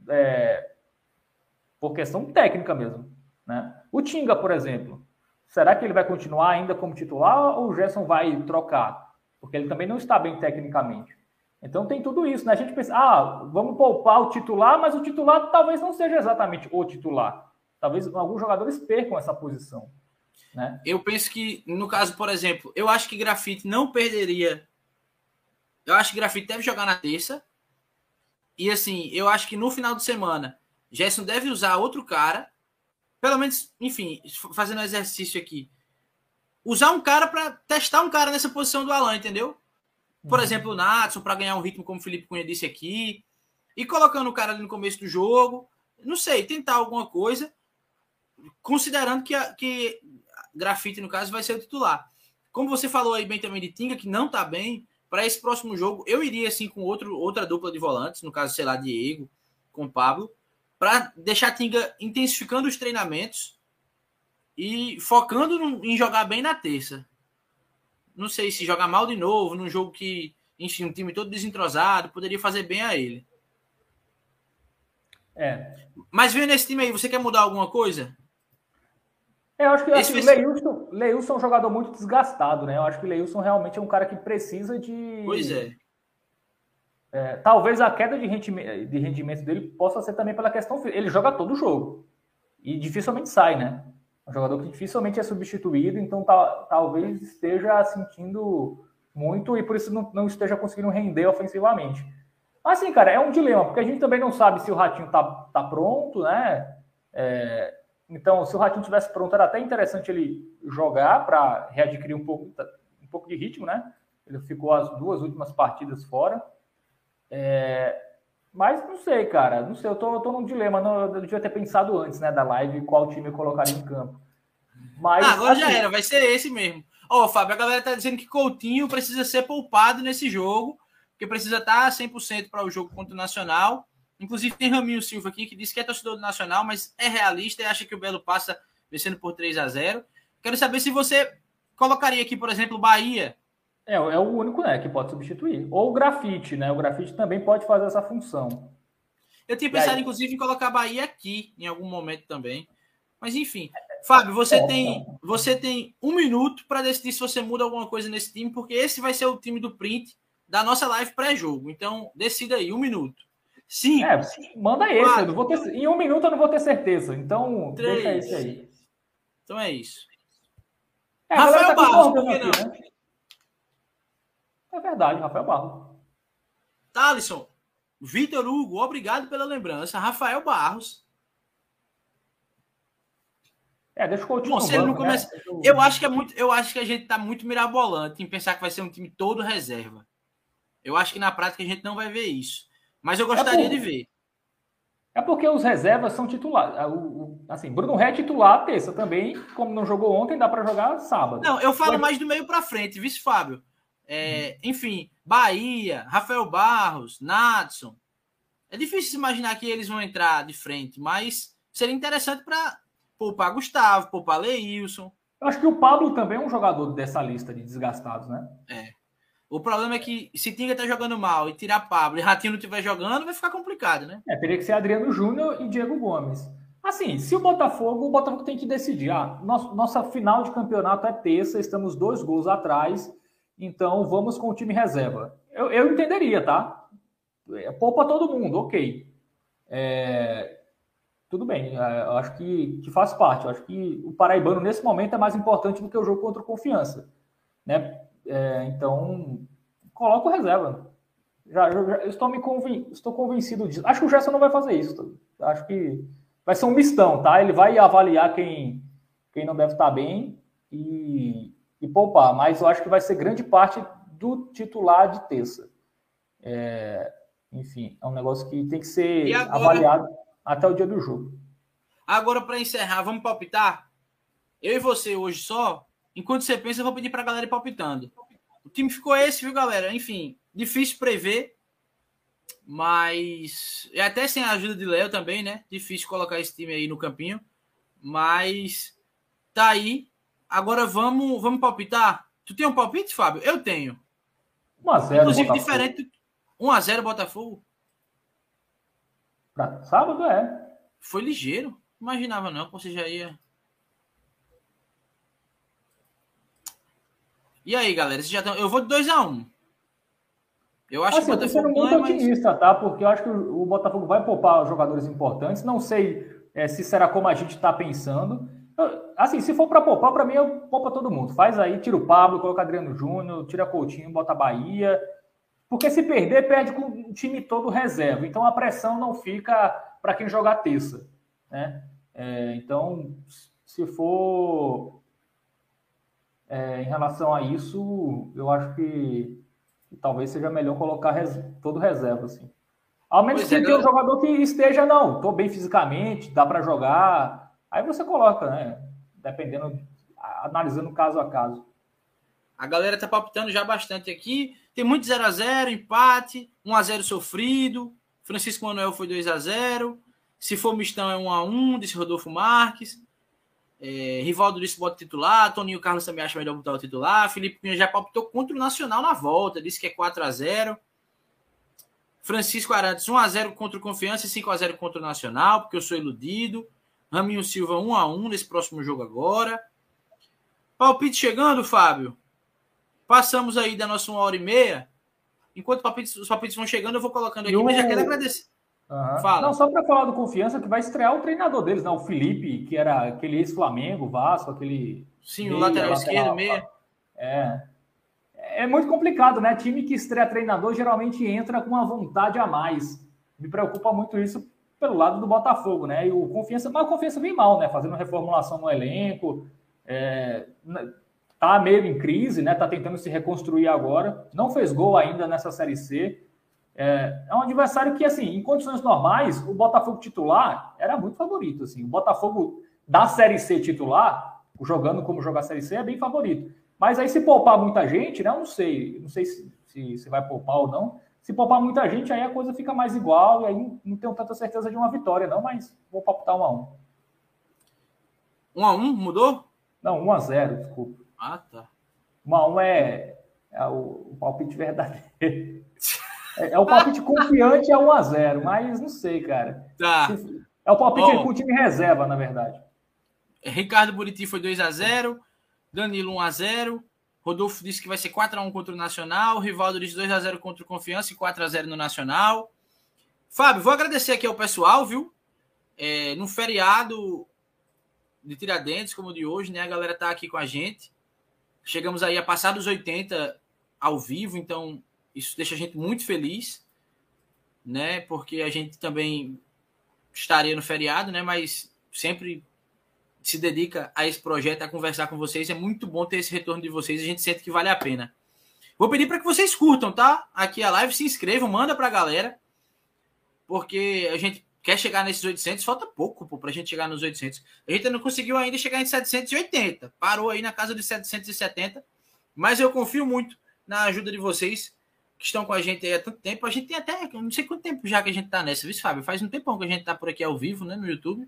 por questão técnica mesmo, né? O Tinga, por exemplo, será que ele vai continuar ainda como titular ou o Gerson vai trocar? Porque ele também não está bem tecnicamente. Então tem tudo isso, né? A gente pensa, vamos poupar o titular, mas o titular talvez não seja exatamente o titular. Talvez alguns jogadores percam essa posição, né? Eu penso que, no caso, por exemplo, eu acho que Graffiti não perderia. Eu acho que Graffiti deve jogar na terça. E, assim, eu acho que no final de semana, Gerson deve usar outro cara. Pelo menos, enfim, fazendo um exercício aqui. Usar um cara para testar um cara nessa posição do Alan, entendeu? Por exemplo, o Natson, para ganhar um ritmo, como o Felipe Cunha disse aqui. E colocando o cara ali no começo do jogo. Não sei, tentar alguma coisa. Considerando que Graffiti, no caso, vai ser o titular. Como você falou aí bem também de Tinga, que não tá bem, para esse próximo jogo, eu iria assim com outra dupla de volantes, no caso, sei lá, Diego, com Pablo, para deixar Tinga intensificando os treinamentos e focando em jogar bem na terça. Não sei se jogar mal de novo, num jogo que, enfim, um time todo desentrosado, poderia fazer bem a ele. Mas vendo esse time aí, você quer mudar alguma coisa? Eu acho que assim, Leilson é um jogador muito desgastado, né? Eu acho que o Leilson realmente é um cara que precisa de... Pois é. Talvez a queda de rendimento dele possa ser também pela questão... Ele joga todo o jogo. E dificilmente sai, né? É um jogador que dificilmente é substituído, então talvez esteja sentindo muito e por isso não esteja conseguindo render ofensivamente. Mas assim, cara, é um dilema, porque a gente também não sabe se o Ratinho tá pronto, né? Então, se o Ratinho estivesse pronto, era até interessante ele jogar para readquirir um pouco de ritmo, né? Ele ficou as 2 últimas partidas fora. Mas não sei, cara. Não sei, eu tô num dilema. Eu devia ter pensado antes, né, da live qual time eu colocaria em campo. Mas, agora assim, já era, vai ser esse mesmo. Fábio, a galera tá dizendo que Coutinho precisa ser poupado nesse jogo, porque precisa estar 100% para o jogo contra o Nacional. Inclusive tem Raminho Silva aqui, que disse que é torcedor do Nacional, mas é realista e acha que o Belo passa vencendo por 3-0. Quero saber se você colocaria aqui, por exemplo, o Bahia. É o único, né, que pode substituir. Ou o Graffiti, né? O Graffiti também pode fazer essa função. Eu tinha pensado, inclusive, em colocar a Bahia aqui, em algum momento também. Mas, enfim. Fábio, você tem 1 minuto para decidir se você muda alguma coisa nesse time, porque esse vai ser o time do print da nossa live pré-jogo. Então, decida aí, 1 minuto. 5. Manda esse. 4, eu não vou ter, em 1 minuto eu não vou ter certeza. Então, 3, deixa esse aí. Então é isso. Rafael Barros, por que não? Né? É verdade, Rafael Barros. Thalisson, Vitor Hugo, obrigado pela lembrança. Rafael Barros. Deixa o Coutinho. Se ele não começa... Né? Eu acho que a gente tá muito mirabolante em pensar que vai ser um time todo reserva. Eu acho que na prática a gente não vai ver isso. Mas eu gostaria de ver. É porque os reservas são titulares. Assim, Bruno Ré é titular terça também. Como não jogou ontem, dá para jogar sábado. Não, eu falo mais do meio para frente, vice Fábio. Enfim, Bahia, Rafael Barros, Natson. É difícil se imaginar que eles vão entrar de frente, mas seria interessante para poupar Gustavo, poupar Leilson. Eu acho que o Pablo também é um jogador dessa lista de desgastados, né? O problema é que se Tinga tá jogando mal e tirar Pablo e Ratinho não estiver jogando, vai ficar complicado, né? Teria que ser Adriano Júnior e Diego Gomes. Assim, se o Botafogo tem que decidir. Nossa final de campeonato é terça, estamos 2 gols atrás, então vamos com o time reserva. Eu entenderia, tá? Poupa todo mundo, ok. Tudo bem, eu acho que faz parte. Eu acho que o paraibano, nesse momento, é mais importante do que o jogo contra o Confiança, né? Então, coloca o reserva. Eu estou convencido disso. Acho que o Gerson não vai fazer isso. Acho que vai ser um mistão, tá? Ele vai avaliar quem não deve estar bem e e poupar, mas eu acho que vai ser grande parte do titular de terça. Enfim, é um negócio que tem que ser avaliado até o dia do jogo. Agora, para encerrar, vamos palpitar? Eu e você hoje só. Enquanto você pensa, eu vou pedir para a galera ir palpitando. O time ficou esse, viu, galera? Enfim, difícil prever, mas... E até sem a ajuda de Léo também, né? Difícil colocar esse time aí no campinho, mas tá aí. Agora vamos palpitar? Tu tem um palpite, Fábio? Eu tenho. 1-0 inclusive, Botafogo. diferente. 1-0 Botafogo. Pra sábado, Foi ligeiro. Não imaginava não que você já ia... E aí, galera? Vocês já estão... Eu vou de 2-1. Eu acho que o Botafogo eu tô sendo muito otimista, tá? Porque eu acho que o Botafogo vai poupar jogadores importantes. Não sei se será como a gente está pensando. Assim, se for para poupar, para mim, eu poupa todo mundo. Faz aí, tira o Pablo, coloca Adriano Júnior, tira Coutinho, bota a Bahia. Porque se perder, perde com o time todo reserva. Então a pressão não fica para quem jogar terça, né? Então, se for em relação a isso, eu acho que talvez seja melhor colocar todo reserva, assim. Ao menos que tenha um jogador que esteja, não, estou bem fisicamente, dá para jogar. Aí você coloca, né? Dependendo, analisando caso a caso. A galera tá palpitando já bastante aqui. Tem muito 0-0, empate, 1-0 sofrido. Francisco Manuel foi 2-0. Se for mistão é 1-1, disse Rodolfo Marques. Rivaldo disse bota titular. Toninho Carlos também acha melhor botar o titular. Felipe Cunha já palpitou contra o Nacional na volta. Disse que é 4-0. Francisco Arantes 1-0 contra o Confiança e 5-0 contra o Nacional, porque eu sou iludido. Raminho Silva 1-1 nesse próximo jogo agora. Palpite chegando, Fábio. Passamos aí da nossa 1h30. Enquanto os palpites vão chegando, eu vou colocando aqui. Mas já quero agradecer. Fala. Não, só para falar do Confiança, que vai estrear o treinador deles, né? O Felipe, que era aquele ex-Flamengo, Vasco, aquele... Sim, o lateral esquerdo, meia. É muito complicado, né? Time que estreia treinador geralmente entra com uma vontade a mais. Me preocupa muito isso pelo lado do Botafogo, né? E o Confiança, mas o Confiança vem mal, né? Fazendo reformulação no elenco, tá meio em crise, né? Tá tentando se reconstruir agora. Não fez gol ainda nessa Série C. É um adversário que, assim, em condições normais, o Botafogo titular era muito favorito, assim. O Botafogo da Série C titular, jogando como jogar a Série C, é bem favorito. Mas aí se poupar muita gente, né? Eu não sei se vai poupar ou não. Se poupar muita gente, aí a coisa fica mais igual, e aí não tenho tanta certeza de uma vitória, não, mas vou palpitar 1-1. 1-1? Mudou? Não, 1-0, desculpa. Ah, tá. 1-1 é o palpite verdadeiro. É o palpite confiante a 1-0, mas não sei, cara. Tá. É o palpite com o time reserva, na verdade. Ricardo Buriti foi 2-0, Danilo 1-0, Rodolfo disse que vai ser 4-1 contra o Nacional, Rivaldo disse 2-0 contra o Confiança e 4-0 no Nacional. Fábio, vou agradecer aqui ao pessoal, viu? No feriado de Tiradentes, como o de hoje, né? A galera tá aqui com a gente. Chegamos aí a passar dos 80 ao vivo, então isso deixa a gente muito feliz, né? Porque a gente também estaria no feriado, né? Mas sempre se dedica a esse projeto, a conversar com vocês. É muito bom ter esse retorno de vocês. A gente sente que vale a pena. Vou pedir para que vocês curtam, tá? Aqui a live, se inscrevam, manda para a galera, porque a gente quer chegar nesses 800. Falta pouco para a gente chegar nos 800. A gente não conseguiu ainda chegar em 780. Parou aí na casa de 770. Mas eu confio muito na ajuda de vocês que estão com a gente aí há tanto tempo. A gente tem até, não sei quanto tempo já que a gente tá nessa, viu, Fábio? Faz um tempão que a gente tá por aqui ao vivo, né, no YouTube,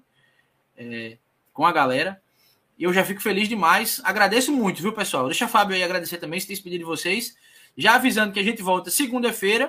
com a galera. E eu já fico feliz demais. Agradeço muito, viu, pessoal? Deixa a Fábio aí agradecer também, se despedir de vocês. Já avisando que a gente volta segunda-feira,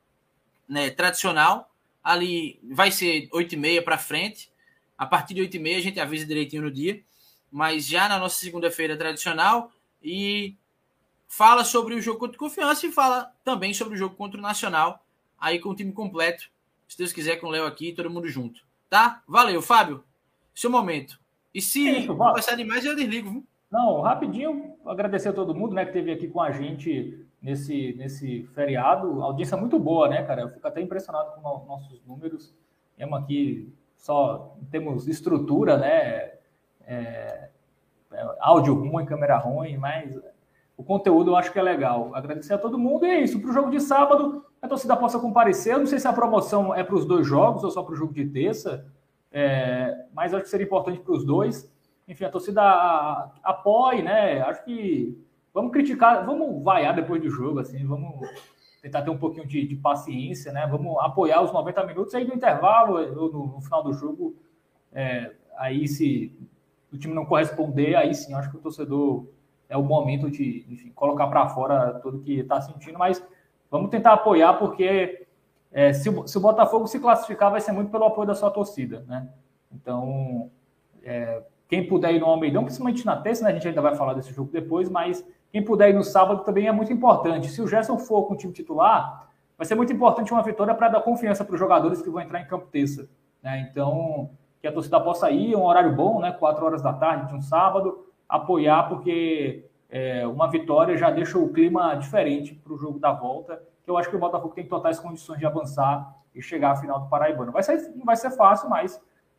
né, tradicional. Ali vai ser 8h30 para frente. A partir de 8h30 a gente avisa direitinho no dia. Mas já na nossa segunda-feira tradicional. E fala sobre o jogo contra o Confiança e fala também sobre o jogo contra o Nacional, aí com o time completo, se Deus quiser, com o Léo aqui, todo mundo junto, tá? Valeu, Fábio, seu momento. E se conversar demais, eu desligo, viu? Não, rapidinho, agradecer a todo mundo, né, que esteve aqui com a gente nesse feriado, audiência muito boa, né, cara? Eu fico até impressionado com nossos números, temos aqui só temos estrutura, né, áudio ruim, câmera ruim, mas o conteúdo eu acho que é legal. Agradecer a todo mundo e é isso. Para o jogo de sábado, a torcida possa comparecer. Eu não sei se a promoção é para os 2 jogos ou só para o jogo de terça, mas acho que seria importante para os 2. Enfim, a torcida apoie, né? Acho que vamos criticar, vamos vaiar depois do jogo, assim, vamos tentar ter um pouquinho de paciência, né? Vamos apoiar os 90 minutos aí no intervalo, no final do jogo. Aí, se o time não corresponder, aí sim, acho que o torcedor é o momento de, enfim, colocar para fora tudo que está sentindo, mas vamos tentar apoiar, porque se o Botafogo se classificar, vai ser muito pelo apoio da sua torcida, né? Então, quem puder ir no Almeidão, principalmente na terça, né? A gente ainda vai falar desse jogo depois, mas quem puder ir no sábado também é muito importante. Se o Gerson for com o time titular, vai ser muito importante uma vitória para dar confiança para os jogadores que vão entrar em campo terça, né? Então, que a torcida possa ir, um horário bom, né? 4 horas da tarde de um sábado, apoiar, porque uma vitória já deixa o clima diferente para o jogo da volta, que eu acho que o Botafogo tem totais condições de avançar e chegar à final do Paraibano. Não vai ser fácil, mas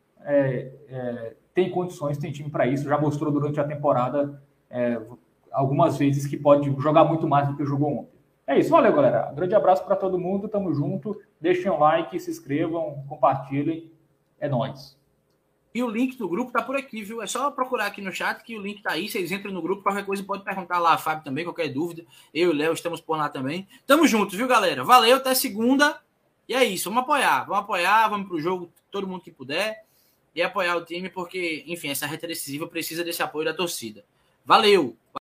tem condições, tem time para isso, já mostrou durante a temporada algumas vezes que pode jogar muito mais do que jogou ontem. É isso, valeu, galera. Um grande abraço para todo mundo, tamo junto, deixem um like, se inscrevam, compartilhem, é nóis. E o link do grupo tá por aqui, viu? É só procurar aqui no chat que o link tá aí. Vocês entram no grupo, qualquer coisa pode perguntar lá a Fábio também, qualquer dúvida. Eu e o Léo estamos por lá também. Tamo junto, viu, galera? Valeu, até segunda. E é isso, vamos apoiar, vamos pro jogo, todo mundo que puder. E apoiar o time, porque, enfim, essa reta decisiva precisa desse apoio da torcida. Valeu!